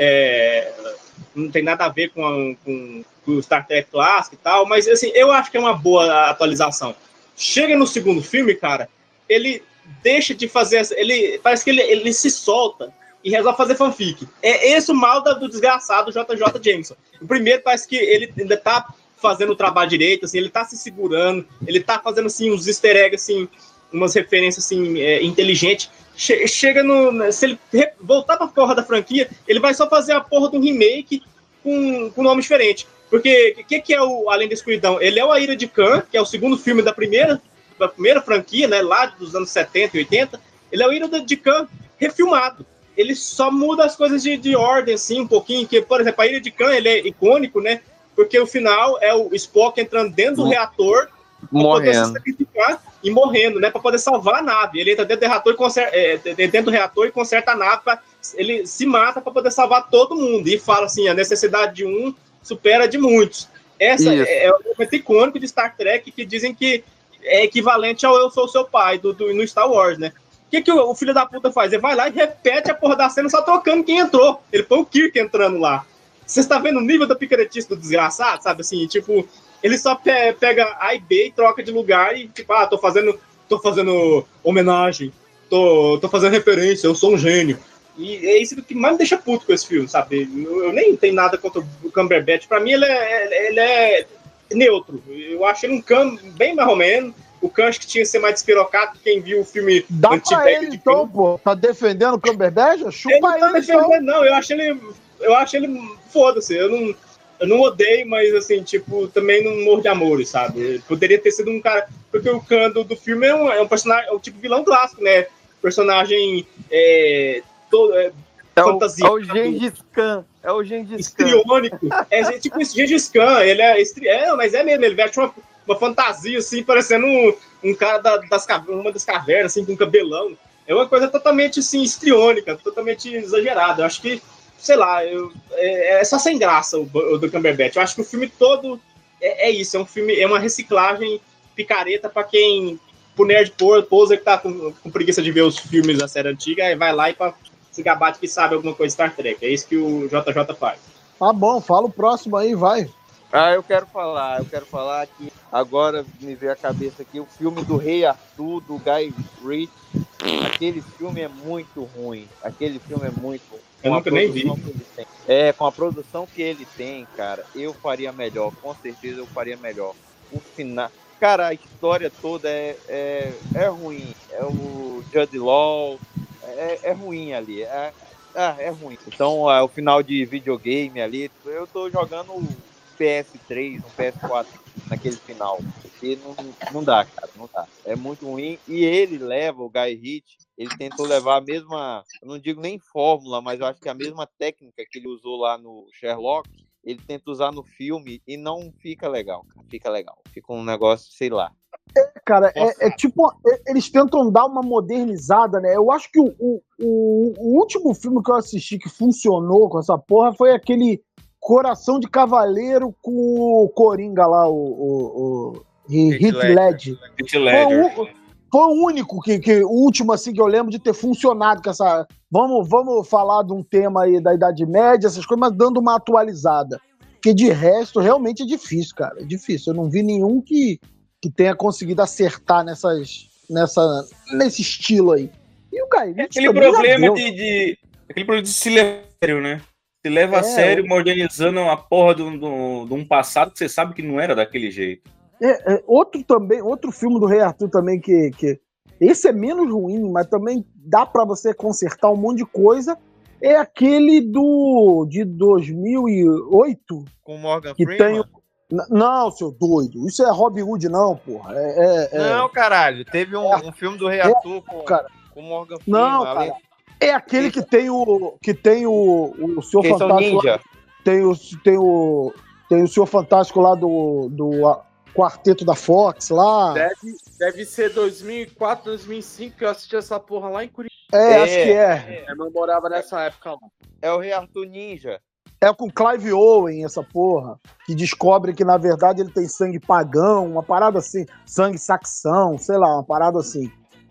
É, não tem nada a ver com, a- com, com o Star Trek clássico e tal, mas, assim, eu acho que é uma boa atualização. Chega no segundo filme, cara, ele deixa de fazer... essa- Ele, parece que ele, ele se solta e resolve fazer fanfic. É esse o mal da- do desgraçado J J. Jameson. O primeiro parece que ele ainda tá fazendo o trabalho direito, assim, ele tá se segurando, ele tá fazendo, assim, uns easter eggs, assim, umas referências, assim, é, inteligentes. Che- chega no... Se ele re- voltar pra porra da franquia, ele vai só fazer a porra de um remake com, com nome diferente. Porque o que, que é o Além da Escuridão? Ele é o A Ira de Khan, que é o segundo filme da primeira, da primeira franquia, né, lá dos anos setenta e oitenta. Ele é o Ira de Khan refilmado. Ele só muda as coisas de, de ordem, assim, um pouquinho. Que, por exemplo, a Ira de Khan, ele é icônico, né? Porque o final é o Spock entrando dentro do reator pra poder se Morrendo. sacrificar e morrendo, né? Pra poder salvar a nave. Ele entra dentro do reator e conserta, é, dentro do reator e conserta a nave. Pra, ele se mata pra poder salvar todo mundo. E fala assim, a necessidade de um supera de muitos. Essa Isso. é, é o momento icônico de Star Trek que dizem que é equivalente ao Eu Sou Seu Pai, do, do, no Star Wars, né? O que, que o, o filho da puta faz? Ele vai lá e repete a porra da cena só trocando quem entrou. Ele põe o Kirk entrando lá. Você está vendo o nível da picaretice do desgraçado, sabe? Assim, tipo, ele só pe- pega A e B e troca de lugar e, tipo, ah, tô fazendo, tô fazendo homenagem, tô, tô fazendo referência, eu sou um gênio. E é isso que mais me deixa puto com esse filme, sabe? Eu, eu nem tenho nada contra o Cumberbatch. Pra mim, ele é, ele é neutro. Eu acho ele um Cam bem mais ou menos. O Khan acho que tinha que ser mais despirocado. Quem viu o filme Dá antigo pra ele, então, pô. Tá defendendo o Cumberbatch? Chupa ele. Não tá ele, defendendo, então. não. Eu acho ele... Eu acho ele... Foda-se. Eu não... Eu não odeio, mas, assim, tipo, também não morro de amores, sabe? Poderia ter sido um cara... Porque o Khan do, do filme é um, é um personagem... É um tipo vilão clássico, né? Personagem... É, todo, é, É o, fantasia. é o Gengis Khan. É o Gengis Khan. Histriônico. É tipo esse Gengis Khan. Ele é... Estri... É, mas é mesmo. Ele veste uma, uma fantasia, assim, parecendo um, um cara da, das, uma das cavernas, assim, com um cabelão. É uma coisa totalmente, assim, histriônica. Totalmente exagerada. Eu acho que... Sei lá, eu, é, é só sem graça o, o do Cumberbatch. Eu acho que o filme todo é, é isso, é um filme, é uma reciclagem picareta pra quem, pro nerd poser que tá com, com preguiça de ver os filmes da série antiga, aí vai lá e pra se gabar de que sabe alguma coisa de Star Trek. É isso que o J J faz. Tá bom, fala o próximo aí, vai. Ah, eu quero falar, eu quero falar que agora me veio a cabeça aqui o filme do Rei Arthur, do Guy Ritchie. Aquele filme é muito ruim. Aquele filme é muito ruim. Eu nunca nem vi. É, com a produção que ele tem, cara, eu faria melhor. Com certeza eu faria melhor. O final... Cara, a história toda é, é, é ruim. É o Jude Law. É, é ruim ali. É, ah, é ruim. Então, é, o final de videogame ali, eu tô jogando um P S três, um P S quatro naquele final. Porque não, não dá, cara, não dá. É muito ruim. E ele leva, o Guy Ritchie, ele tentou levar a mesma, eu não digo nem fórmula, mas eu acho que a mesma técnica que ele usou lá no Sherlock, ele tenta usar no filme e não fica legal, cara. Fica legal. Fica um negócio, sei lá. É, cara, é, é tipo, é, eles tentam dar uma modernizada, né? Eu acho que o, o, o, o último filme que eu assisti que funcionou com essa porra foi aquele Coração de Cavaleiro com o Coringa lá, o, o, o Heath Ledger. Heath Ledger. Foi, foi o único, que, que, o último assim que eu lembro de ter funcionado com essa... Vamos, vamos falar de um tema aí da Idade Média, essas coisas, mas dando uma atualizada. Porque de resto, realmente é difícil, cara. É difícil. Eu não vi nenhum que, que tenha conseguido acertar nessas, nessa, nesse estilo aí. E o Guy Ritchie Aquele problema de, de... Aquele problema de se levar, né? Se leva É, a sério, modernizando uma porra de um, de um- de um passado que você sabe que não era daquele jeito. É, é, outro também, outro filme do Rei Arthur também que, que esse é menos ruim, mas também dá pra você consertar um monte de coisa. É aquele do de dois mil e oito Com o Morgan que Freeman? tem o... N- Não, seu doido. Isso é Robin Hood, não, porra. É, é, é- Não, caralho. Teve um, um filme do Rei Arthur com, cara. com o Morgan Freeman. Não, além- cara. É aquele que tem o que tem o, o Senhor Que são Fantástico. ninja. Lá, tem o tem o tem o Senhor Fantástico lá do, do a- quarteto da Fox lá. Deve, deve ser dois mil e quatro, dois mil e cinco que eu assisti essa porra lá em Curitiba. É, acho que é. Eu não morava nessa época lá. É o Rei Arthur Ninja. É com Clive Owen, essa porra, que descobre que, na verdade, ele tem sangue pagão, uma parada assim, sangue saxão, sei lá, uma parada assim.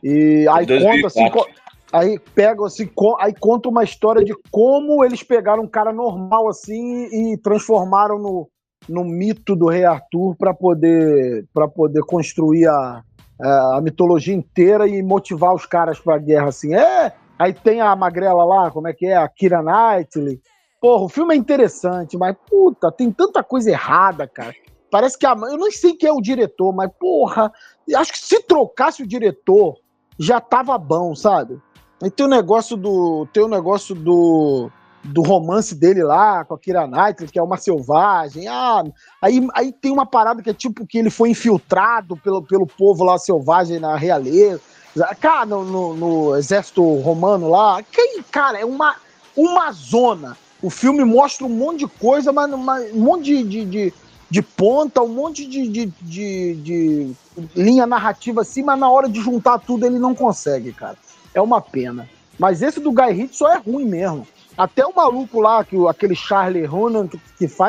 E aí dois mil e conta assim, quatro. co- aí pega assim, co- aí conta uma história de como eles pegaram um cara normal assim e transformaram no, no mito do Rei Arthur para poder, para poder construir a, a a mitologia inteira e motivar os caras pra guerra, assim. É, aí tem a magrela lá, como é que é? A Keira Knightley. Porra, o filme é interessante, mas, puta, tem tanta coisa errada, cara. Parece que a... Eu não sei quem é o diretor, mas, porra, acho que se trocasse o diretor, já tava bom, sabe? Aí tem o negócio do... Tem o negócio do... Do romance dele lá, com a Keira Knightley, que é uma selvagem. Ah, aí, aí tem uma parada que é tipo que ele foi infiltrado pelo, pelo povo lá selvagem na realeza. Cara, no, no, no exército romano lá. Que, cara, é uma, uma zona. O filme mostra um monte de coisa, mas, mas um monte de, de, de, de ponta, um monte de, de, de, de linha narrativa assim, mas na hora de juntar tudo ele não consegue, cara. É uma pena. Mas esse do Guy Ritchie só é ruim mesmo. Até o maluco lá, que, o- aquele Charlie Hunnam que, que faz,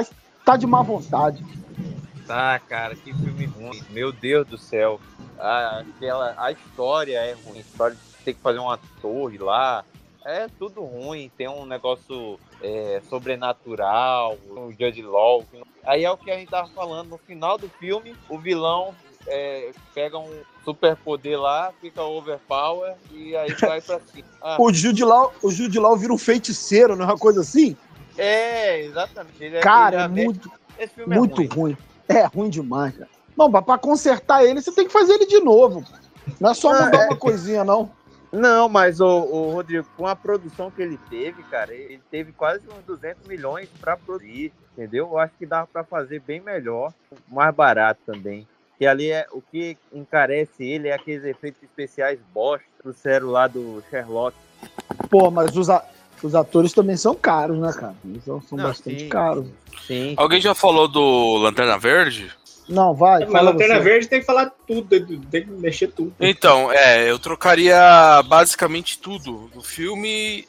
tá de má vontade. Tá, cara, que filme ruim. Meu Deus do céu. A, aquela, a história é ruim. A história de ter que fazer uma torre lá. É tudo ruim. Tem um negócio é, sobrenatural, um Judge Law. Aí é o que a gente tava falando. No final do filme, o vilão é, pega um superpoder lá, fica overpower e aí vai pra cima. Ah. O Jude Law, o Jude Law vira um feiticeiro, não é uma coisa assim? É, exatamente. Ele, Cara, ele é muito, Esse filme muito é ruim. ruim. É ruim demais, cara. Não, pra consertar ele, você tem que fazer ele de novo. Não é só mudar Ah, é. uma coisinha, não. Não, mas o, o Rodrigo, com a produção que ele teve, cara, ele teve quase uns duzentos milhões pra produzir, entendeu? Eu acho que dava pra fazer bem melhor, mais barato também. Que ali é o que encarece ele é aqueles efeitos especiais bosta do sério lá do Sherlock. Pô, mas os, a- os atores também são caros, né, cara? Eles são, são Não, bastante sim. caros. Sim. Alguém já falou do Lanterna Verde? Não, vai. Mas fala Lanterna você. Verde tem que falar tudo, tem que mexer tudo. Então, é, eu trocaria basicamente tudo do filme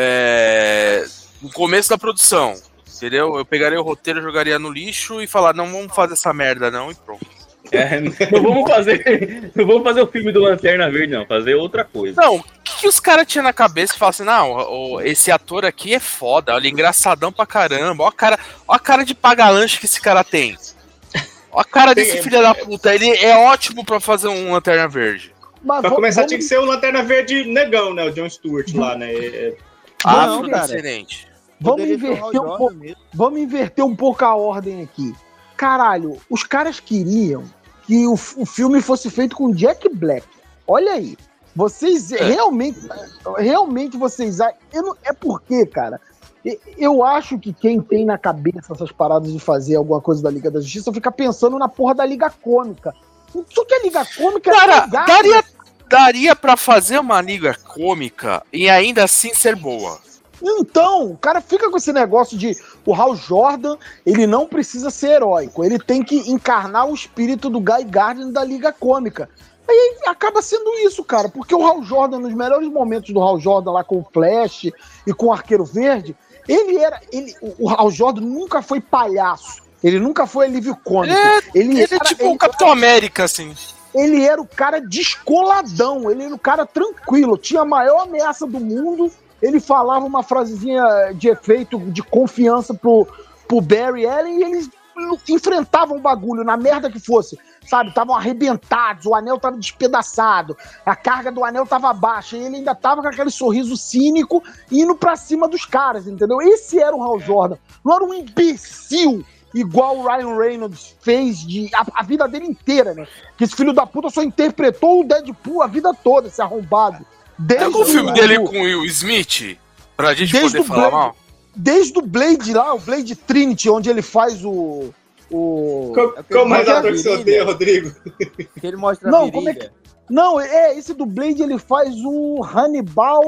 é, no começo da produção, entendeu? Eu pegaria o roteiro, jogaria no lixo e falar, não vamos fazer essa merda não, e pronto. É, não vamos fazer, não vamos fazer o filme do Lanterna Verde, não, fazer outra coisa. Não, o que, que os caras tinham na cabeça que falavam assim, não, o- esse ator aqui é foda, olha, engraçadão pra caramba, ó a cara, ó a cara de paga-lanche que esse cara tem. Ó a cara desse Tem- filho da puta, ele é ótimo pra fazer um Lanterna Verde. Mas Pra vamos- começar, vamos- tinha que ser o Lanterna Verde negão, né? O John Stewart lá, né? É- Ah, Não, filme cara. excelente. Vamos Poderia ser o Hal inverter, um Jordan pouco, mesmo. vamos inverter um pouco a ordem aqui. Caralho, os caras queriam que o, o filme fosse feito com Jack Black. Olha aí. Vocês É. realmente, realmente vocês... a- Eu não, é porque, cara, e- eu acho que quem tem na cabeça essas paradas de fazer alguma coisa da Liga da Justiça fica pensando na porra da Liga Cômica. Só que a Liga Cômica Cara, é legal, daria, daria pra fazer uma liga cômica e ainda assim ser boa. Então, o cara fica com esse negócio de o Hal Jordan, ele não precisa ser heróico, ele tem que encarnar o espírito do Guy Gardner da Liga Cômica. Aí acaba sendo isso, cara, porque o Hal Jordan, nos melhores momentos do Hal Jordan lá com o Flash e com o Arqueiro Verde, ele era. Ele, o Hal Jordan nunca foi palhaço, ele nunca foi alívio cômico. Ele, ele é era- tipo ele o Capitão América, assim. ele era o cara descoladão, ele era o cara tranquilo, tinha a maior ameaça do mundo, ele falava uma frasezinha de efeito, de confiança pro, pro Barry Allen e eles enfrentavam o bagulho, na merda que fosse, sabe? Estavam arrebentados, o anel tava despedaçado, a carga do anel tava baixa e ele ainda tava com aquele sorriso cínico indo pra cima dos caras, entendeu? Esse era o Hal Jordan, não era um imbecil igual o Ryan Reynolds fez de, a, a vida dele inteira, né? Que esse filho da puta só interpretou o Deadpool a vida toda, esse arrombado. Desde Pega o filme o- dele com o Will Smith, pra gente Desde poder o falar Blade. mal. Desde o Blade lá, o Blade Trinity, onde ele faz o... o... Qual, qual mais ator que você odeia, Rodrigo? Que ele mostra Não, a como é virilha. Não, é, esse do Blade ele faz o Hannibal,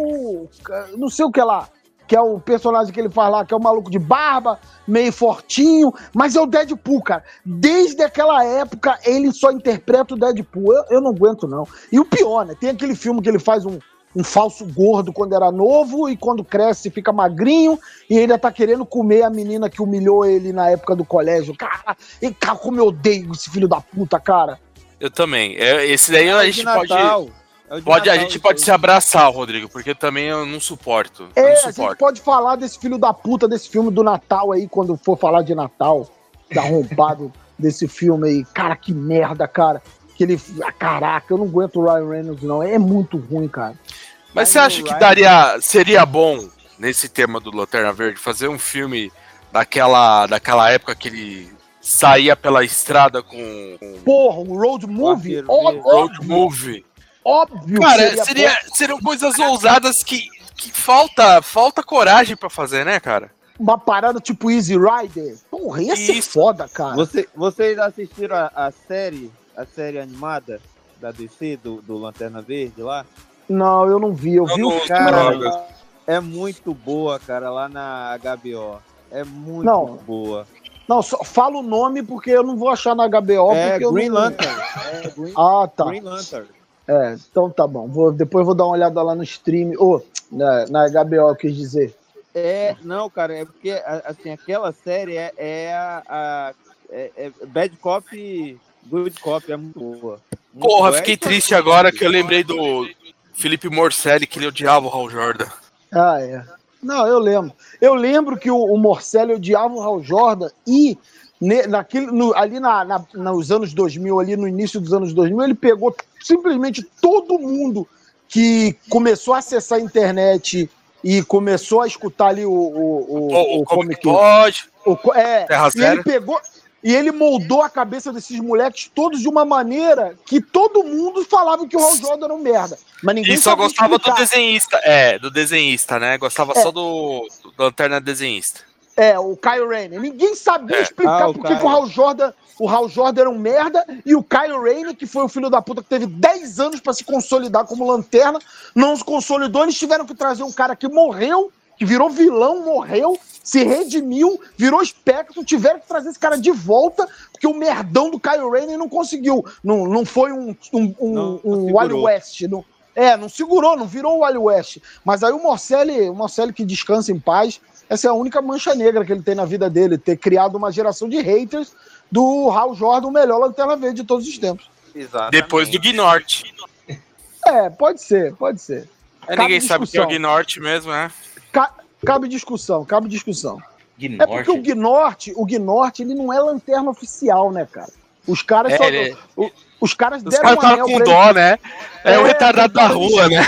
não sei o que lá, que é o personagem que ele faz lá, que é o maluco de barba, meio fortinho, mas é o Deadpool, cara. Desde aquela época ele só interpreta o Deadpool, eu, eu não aguento não. E o pior, né, tem aquele filme que ele faz um, um falso gordo quando era novo e quando cresce fica magrinho e ainda tá querendo comer a menina que humilhou ele na época do colégio. Cara, e, cara como eu odeio esse filho da puta, cara. Eu também. É, esse daí É a o de gente pode. Natal. É o de pode a Natal, gente isso pode aí. se abraçar, Rodrigo, porque também eu não suporto. Eu É, não a gente suporto. pode falar desse filho da puta, desse filme do Natal aí, quando for falar de Natal, da arrombado desse filme aí. Cara, que merda, cara. Que ele. Ah, caraca, eu não aguento o Ryan Reynolds, não. É muito ruim, cara. Mas você Aí acha o que Ryan- daria. Seria bom, nesse tema do Lanterna Verde, fazer um filme daquela, daquela época que ele saía pela estrada com. com Porra, o Road Movie? Arqueiro Ó- Verde. road óbvio, movie? óbvio. Cara, que seria, bom. seriam coisas ousadas que, que falta, falta coragem pra fazer, né, cara? Uma parada tipo Easy Rider. Porra, ia ser Isso. foda, cara. Você, vocês assistiram a, a série, a série animada da D C, do, do Lanterna Verde lá? Não, eu não vi. Eu vi o não, cara. drogas. É muito boa, cara, lá na H B O. É muito Não. boa. Não, só fala o nome porque eu não vou achar na H B O. É porque eu Green não... Lantern. É Green, Ah, tá. Green Lantern. É, então tá bom. Vou, depois eu vou dar uma olhada lá no stream. Ou na, na H B O, eu quis dizer. É, não, cara, é porque assim, aquela série é, é a, a é, é Bad Cop, Good Cop, é muito boa. Muito Porra, boa. fiquei É, triste agora que eu lembrei do Felipe Morcelli, que ele odiava o Hal Jordan. Ah, é. Não, eu lembro. Eu lembro que o, o Morcelli odiava o Hal Jordan e ne, naquele, no, ali na, na, nos anos dois mil, ali no início dos anos dois mil, ele pegou simplesmente todo mundo que começou a acessar a internet e começou a escutar ali o... O, o, O, o, o Comic que- Pod, o, é, Terra e Zero. ele pegou... E ele moldou a cabeça desses moleques todos de uma maneira que todo mundo falava que o Hal Jordan era um merda. Mas ninguém E só sabia gostava explicar. do desenhista. É, do desenhista, né? Gostava É. só do, do Lanterna Desenhista. É, o Kyle Rayner. Ninguém sabia É. explicar Ah, o por que que Kyle. o Hal Jordan, o Hal Jordan era um merda e o Kyle Rayner, que foi o filho da puta que teve dez anos pra se consolidar como Lanterna, não se consolidou. Eles tiveram que trazer um cara que morreu, que virou vilão, morreu, se redimiu, virou espectro, tiveram que trazer esse cara de volta, porque o merdão do Kyle Rayner não conseguiu. Não, não foi um, um, um, Não um segurou. Wally West. Não, é, não segurou, não virou o Wally West. Mas aí o Morcelli, o Morcelli que descansa em paz, essa é a única mancha negra que ele tem na vida dele, ter criado uma geração de haters do Hal Jordan, o melhor Lanterna Verde de todos os tempos. Exatamente. Depois do Gnort. É, pode ser, pode ser. É, Cabe ninguém sabe o que é o discussão. Gnort mesmo, né? Ca- cabe discussão, cabe discussão. É porque o Gnort. Gnort, o Gnort, ele não é lanterna oficial, né, cara? Os caras É, só. ele- o- os caras Os deram caras um falam anel com pra dó, ele. né? É, É, o retardado da cara, rua, né?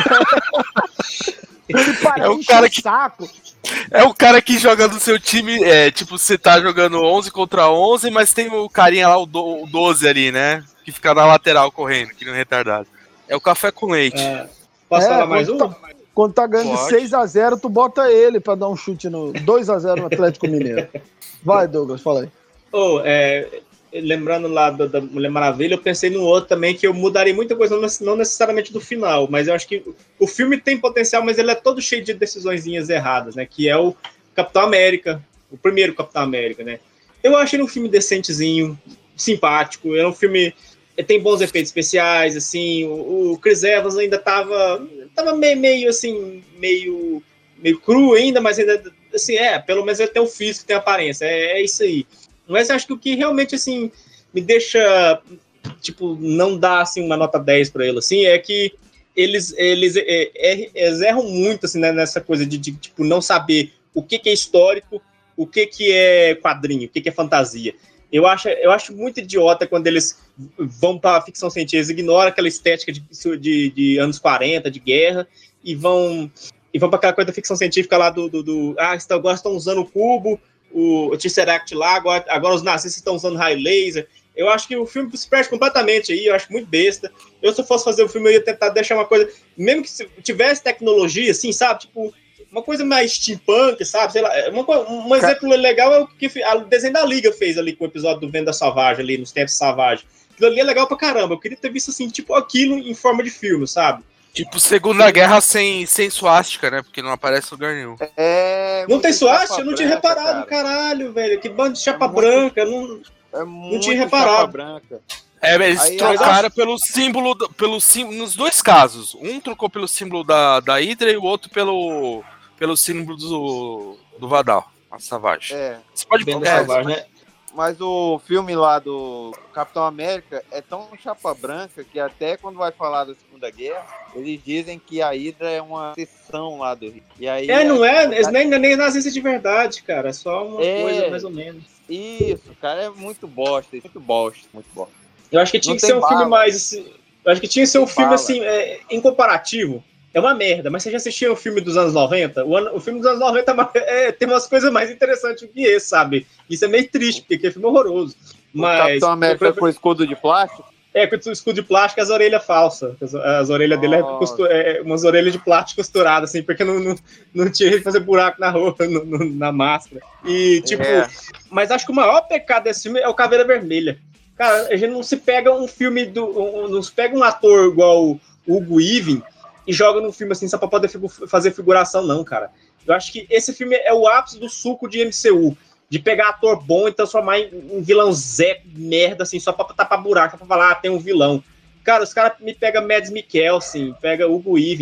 Ele para É o encher cara o que- saco. É o cara que joga no seu time, é, tipo, você tá jogando onze contra onze, mas tem o carinha lá, o, do, o doze ali, né? Que fica na lateral correndo, que não é retardado. É o café com leite. É, posso É, falar mais um? quando tá- Quando tá ganhando de Pode. seis a zero, tu bota ele pra dar um chute no dois a zero no Atlético Mineiro. Vai, Douglas, fala aí. Oh, é, lembrando lá da, da Mulher Maravilha, eu pensei no outro também que eu mudaria muita coisa, não, não necessariamente do final, mas eu acho que o filme tem potencial, mas ele é todo cheio de decisõezinhas erradas, né? Que é o Capitão América, o primeiro Capitão América, né? Eu acho ele um filme decentezinho, simpático, é um filme... Tem bons efeitos especiais, assim, o, o Chris Evans ainda tava, tava meio, meio, assim, meio, meio cru ainda, mas ainda, assim, é, pelo menos ele tem o físico, tem a aparência, é, é isso aí. Mas eu acho que o que realmente, assim, me deixa, tipo, não dar, assim, uma nota dez pra ele, assim, é que eles, eles, é, é, eles erram muito, assim, né, nessa coisa de, de, tipo, não saber o que, que é histórico, o que, que é quadrinho, o que, que é fantasia. Eu acho, eu acho muito idiota quando eles vão para a ficção científica, ignoram aquela estética de, de, de anos quarenta, de guerra, e vão, e vão para aquela coisa da ficção científica lá do... do, do ah, estão, agora estão usando o cubo, o, o Tesseract lá, agora, agora os nazistas estão usando raio laser. Eu acho que o filme se perde completamente aí, eu acho muito besta. Eu, se eu fosse fazer o filme, eu ia tentar deixar uma coisa... Mesmo que tivesse tecnologia, assim, sabe? Tipo... Uma coisa mais steampunk, sabe? Sei lá, uma, um exemplo legal é o que o desenho da Liga fez ali com o episódio do Venda Savage, ali nos Tempos Savages. Aquilo ali é legal pra caramba. Eu queria ter visto, assim, tipo aquilo em forma de filme, sabe? Tipo, Segunda Guerra sem, sem suástica, né? Porque não aparece em lugar nenhum. É, Não tem muito suástica? chapa Eu não tinha branca, reparado, cara. caralho, velho. Que bando de chapa É muito- branca. Não, É não muito tinha chapa reparado. branca. É, eles Aí, trocaram pelo símbolo, do- pelo símbolo, nos dois casos. Um trocou pelo símbolo da, da Hydra e o outro pelo, pelo símbolo do, do Vadal, a Savage. É. Você pode Venda é, Savage, né? Mas o filme lá do Capitão América é tão chapa branca que até quando vai falar da Segunda Guerra, eles dizem que a Hydra é uma seção lá do Rio. E aí, É, não é? Eles é nem, nem nazista de verdade, cara. É só uma É. coisa mais ou menos. Isso, cara, é muito bosta, muito bosta, muito bosta. Eu acho que tinha Não que tem ser um filme bala. mais. assim, Eu acho que tinha que ser um Tem filme bala. assim, é, em comparativo. É uma merda, mas você já assistiu o filme dos anos noventa? O, ano- o filme dos anos noventa é ma- é, tem umas coisas mais interessantes do que esse, sabe? Isso é meio triste, porque aquele filme é horroroso. O Mas. Capitão América com escudo de plástico? É, com o escudo de plástico e as orelhas falsas. As, as orelhas dele é, Nossa. costu- é umas orelhas de plástico costuradas, assim, porque não, não, não tinha jeito de fazer buraco na roupa, no- no- na máscara. E, tipo. É. Mas acho que o maior pecado desse filme é o Caveira Vermelha. Cara, a gente não se pega um filme do. Um, não se pega um ator igual o Hugo Weaving e joga num filme assim só pra poder figu- fazer figuração, não, cara. Eu acho que esse filme é o ápice do suco de M C U. De pegar ator bom e transformar em um vilão Zé merda, assim, só pra tapar buraco, só pra falar, ah, tem um vilão. Cara, os caras me pegam Mads Mikkelsen, pega Hugo Weaving,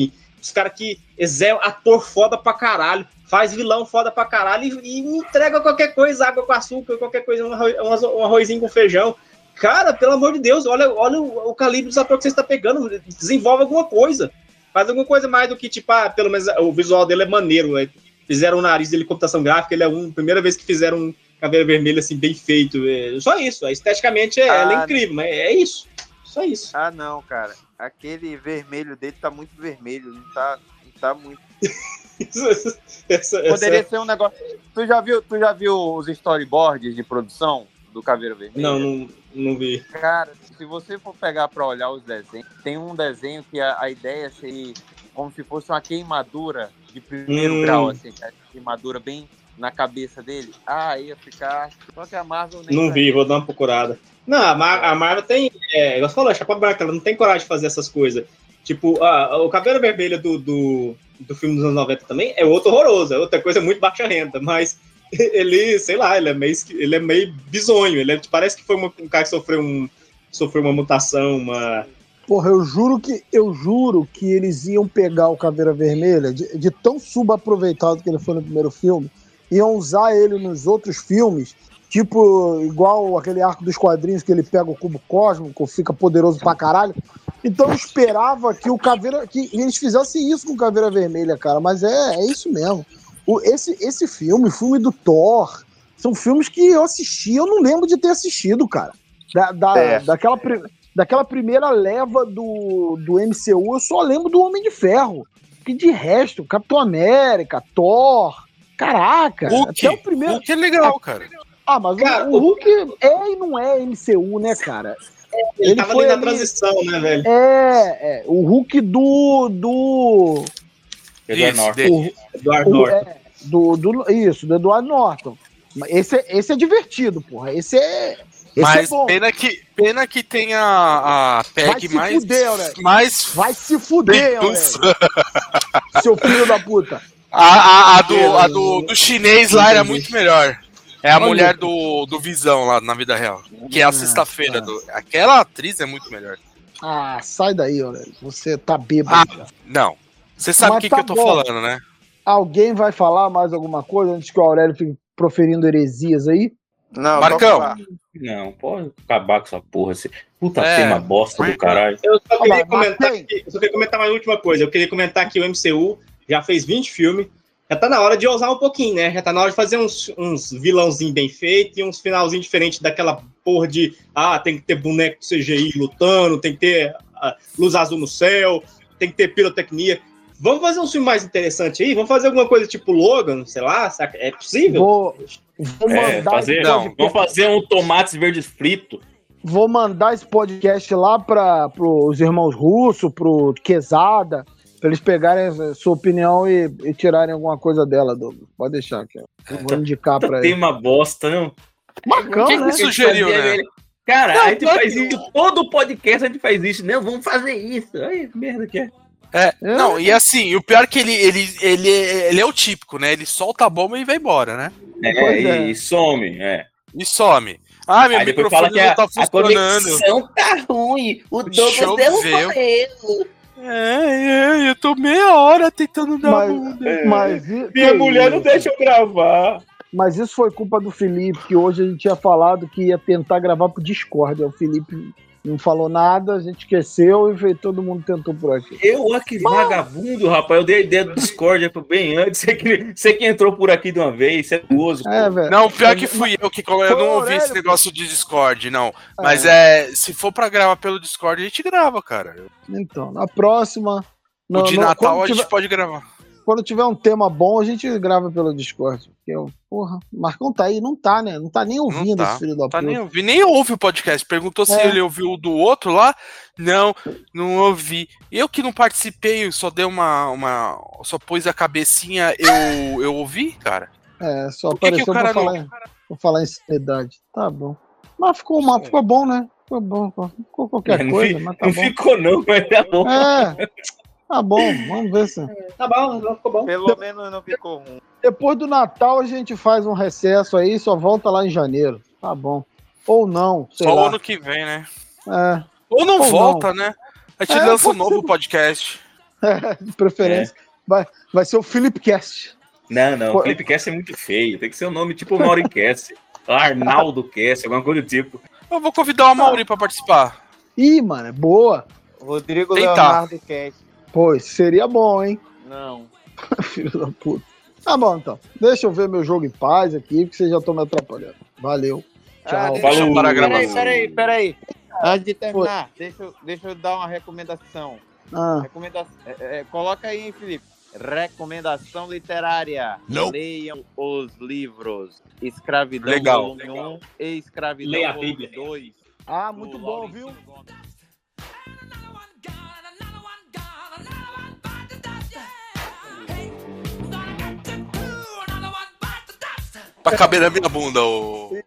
Os caras que é ator foda pra caralho, faz vilão foda pra caralho e, e entrega qualquer coisa, água com açúcar, qualquer coisa, um, arroz, um arrozinho com feijão. Cara, pelo amor de Deus, olha, olha o, o calibre dos atores que você está pegando, desenvolve alguma coisa. Faz alguma coisa mais do que, tipo, ah, pelo menos o visual dele é maneiro. Né? Fizeram o nariz dele em computação gráfica, ele é um, primeira vez que fizeram um Caveira Vermelha, assim, bem feito. É, só isso, esteticamente é, Ah, ela é incrível, mas é isso. Só isso. Ah, não, cara. Aquele vermelho dele tá muito vermelho, não tá, não tá muito... essa, Poderia essa... ser um negócio... Tu já viu, tu já viu os storyboards de produção do Caveira Vermelha? Não, não, não vi. Cara, se você for pegar pra olhar os desenhos, tem um desenho que a, a ideia seria como se fosse uma queimadura de primeiro Hum. grau, assim, cara, queimadura bem na cabeça dele. Ah, ia ficar... Só que a Marvel nem... Não tá- vi, vou dar uma procurada. Não, a, Mar a Marvel tem. É, igual você falou, a Chapa Branca, ela não tem coragem de fazer essas coisas. Tipo, a, o Caveira Vermelha do, do, do filme dos anos noventa também é outro horroroso, é outra coisa muito baixa renda, mas ele, sei lá, ele é meio, ele é meio bizonho. Ele é, parece que foi uma, um cara que sofreu, um, sofreu uma mutação, uma. Porra, eu juro que eu juro que eles iam pegar o Caveira Vermelha, de, de tão subaproveitado que ele foi no primeiro filme, iam usar ele nos outros filmes, tipo, igual aquele arco dos quadrinhos que ele pega o cubo cósmico, fica poderoso pra caralho. Então eu esperava que o Caveira, que eles fizessem isso com o Caveira Vermelha, cara, mas é, é isso mesmo. O, esse, esse filme, o filme do Thor, são filmes que eu assisti, eu não lembro de ter assistido, cara. Da, da, É. daquela, pri- daquela primeira leva do, do M C U, eu só lembro do Homem de Ferro. Porque de resto, Capitão América, Thor, caraca. Hulk, até o primeiro... Hulk é legal, cara. Ah, mas Cara, o, o Hulk é e não é M C U, né, cara? Ele, Ele tava foi ali na ali- transição, né, velho? É, é, o Hulk do... do... Edward Isso, Norton. dele. Eduardo o- Norton. é, do, do isso, do Edward Norton. Mas Esse, é- esse é divertido, porra. Esse é... Esse Mas é bom. pena que, pena que tem a, a Vai P E G se mais. fuder, Aurélio. mais Vai se fuder, dentuça. Aurélio. Seu filho da puta. A, a, a, do, a do, do chinês lá era muito melhor. É a mulher do, do Visão lá na vida real. Que é a sexta-feira. do- Aquela atriz é muito melhor. Ah, sai daí, Aurélio. Você tá bêbado. Ah, não. Você sabe o Mas que, tá que eu tô bom. falando, né? Alguém vai falar mais alguma coisa antes que o Aurélio fique proferindo heresias aí? Não, Marcão. só falar. Não, pode acabar com essa porra. Esse puta É. tema bosta do caralho. Eu só queria mas comentar tem. aqui, eu só queria comentar mais uma última coisa. Eu queria comentar que o M C U já fez vinte filmes. Já tá na hora de ousar um pouquinho, né? Já tá na hora de fazer uns, uns vilãozinhos bem feitos e uns finalzinhos diferentes daquela porra de ah, tem que ter boneco C G I lutando, tem que ter ah, luz azul no céu, tem que ter pirotecnia. Vamos fazer um filme mais interessante aí? Vamos fazer alguma coisa tipo Logan, sei lá? saca? É possível? Vou, vou É, mandar fazer, esse não, podcast- vamos fazer um tomates verdes frito. Vou mandar esse podcast lá para os irmãos Russo, pro Quesada, para eles pegarem a sua opinião e, e tirarem alguma coisa dela, Douglas. Pode deixar aqui. ó. Vou indicar para eles. Tema bosta, não? Marcão, Quem né? que sugeriu, Fazia né? ele- Cara, Não, a gente pode- faz isso, todo podcast a gente faz isso. Não, vamos fazer isso. Ai, que merda que é. É, não, e assim, o pior é que ele, ele, ele, ele é o típico, né? Ele solta a bomba e vai embora, né? É, Pois e, é. e some, é. E some. Ah, meu Aí depois fala microfone que não a, tá a funcionando. conexão tá ruim. O Choveu. Douglas derrubou ele. É, é, eu tô meia hora tentando dar Mas, bunda. mas, i- Minha que mulher não isso? deixa eu gravar. Mas isso foi culpa do Felipe, que hoje a gente tinha falado que ia tentar gravar pro Discord. Aí o Felipe não falou nada, a gente esqueceu e veio, todo mundo tentou por aqui. Eu, ó, que vagabundo, rapaz. Eu dei a ideia do Discord bem antes. Você que, você que entrou por aqui de uma vez, você é gozo. É, velho. Não, pior que fui eu que eu Foi não o ouvi esse Aurélio, negócio de Discord, não. Mas é, se for pra gravar pelo Discord, a gente grava, cara. Então, na próxima. O no- de no- Natal quando a gente tiver- pode gravar. Quando tiver um tema bom, a gente grava pelo Discord. Porque eu, porra, o Marcão tá aí, não tá, né? Não tá nem ouvindo Não tá, esse filho da Tá puta. nem ouvi, nem ouve o podcast. Perguntou se É. ele ouviu o do outro lá. Não, não ouvi. Eu que não participei, eu só dei uma. uma só pus a cabecinha, eu, eu ouvi, cara. É, só Por que que apareceu o cara pra, não- falar, em- pra falar em sanidade. Tá bom. Mas ficou, mal, ficou bom, né? Ficou bom. Ficou qualquer Não coisa, fi- mas tá não bom. ficou, não, mas tá bom. É, tá bom, vamos ver se. Tá bom, não ficou bom. Pelo menos não ficou ruim. Depois do Natal a gente faz um recesso aí, só volta lá em janeiro. Tá bom. Ou não, sei Só o lá. ano que vem, né? É. Ou não Ou volta, né? A gente É, lança um pode novo ser. podcast. De preferência. É. Vai, vai ser o Philipcast. Não, não, o Philipcast é muito feio. Tem que ser um nome tipo Mauricast. Arnaldo Cast, alguma coisa do tipo. Eu vou convidar o Amaury pra participar. Ih, mano, é boa. Rodrigo Tentar. Leonardo Cast. Pô, seria bom, hein? Não. Filho da puta. Tá bom, então. Deixa eu ver meu jogo em paz aqui, porque vocês já estão me atrapalhando. Valeu. Tchau. Ah, deixa Falou. eu... Peraí, peraí, peraí. Antes de terminar, deixa eu, deixa eu dar uma recomendação. Ah. Recomenda... É, é, coloca aí, hein, Felipe. Recomendação literária. Não. Leiam os livros Escravidão Legal. Volume um e Escravidão Leia a Volume Bíblia. dois. Ah, muito bom, viu? Pra caber na minha bunda, ô.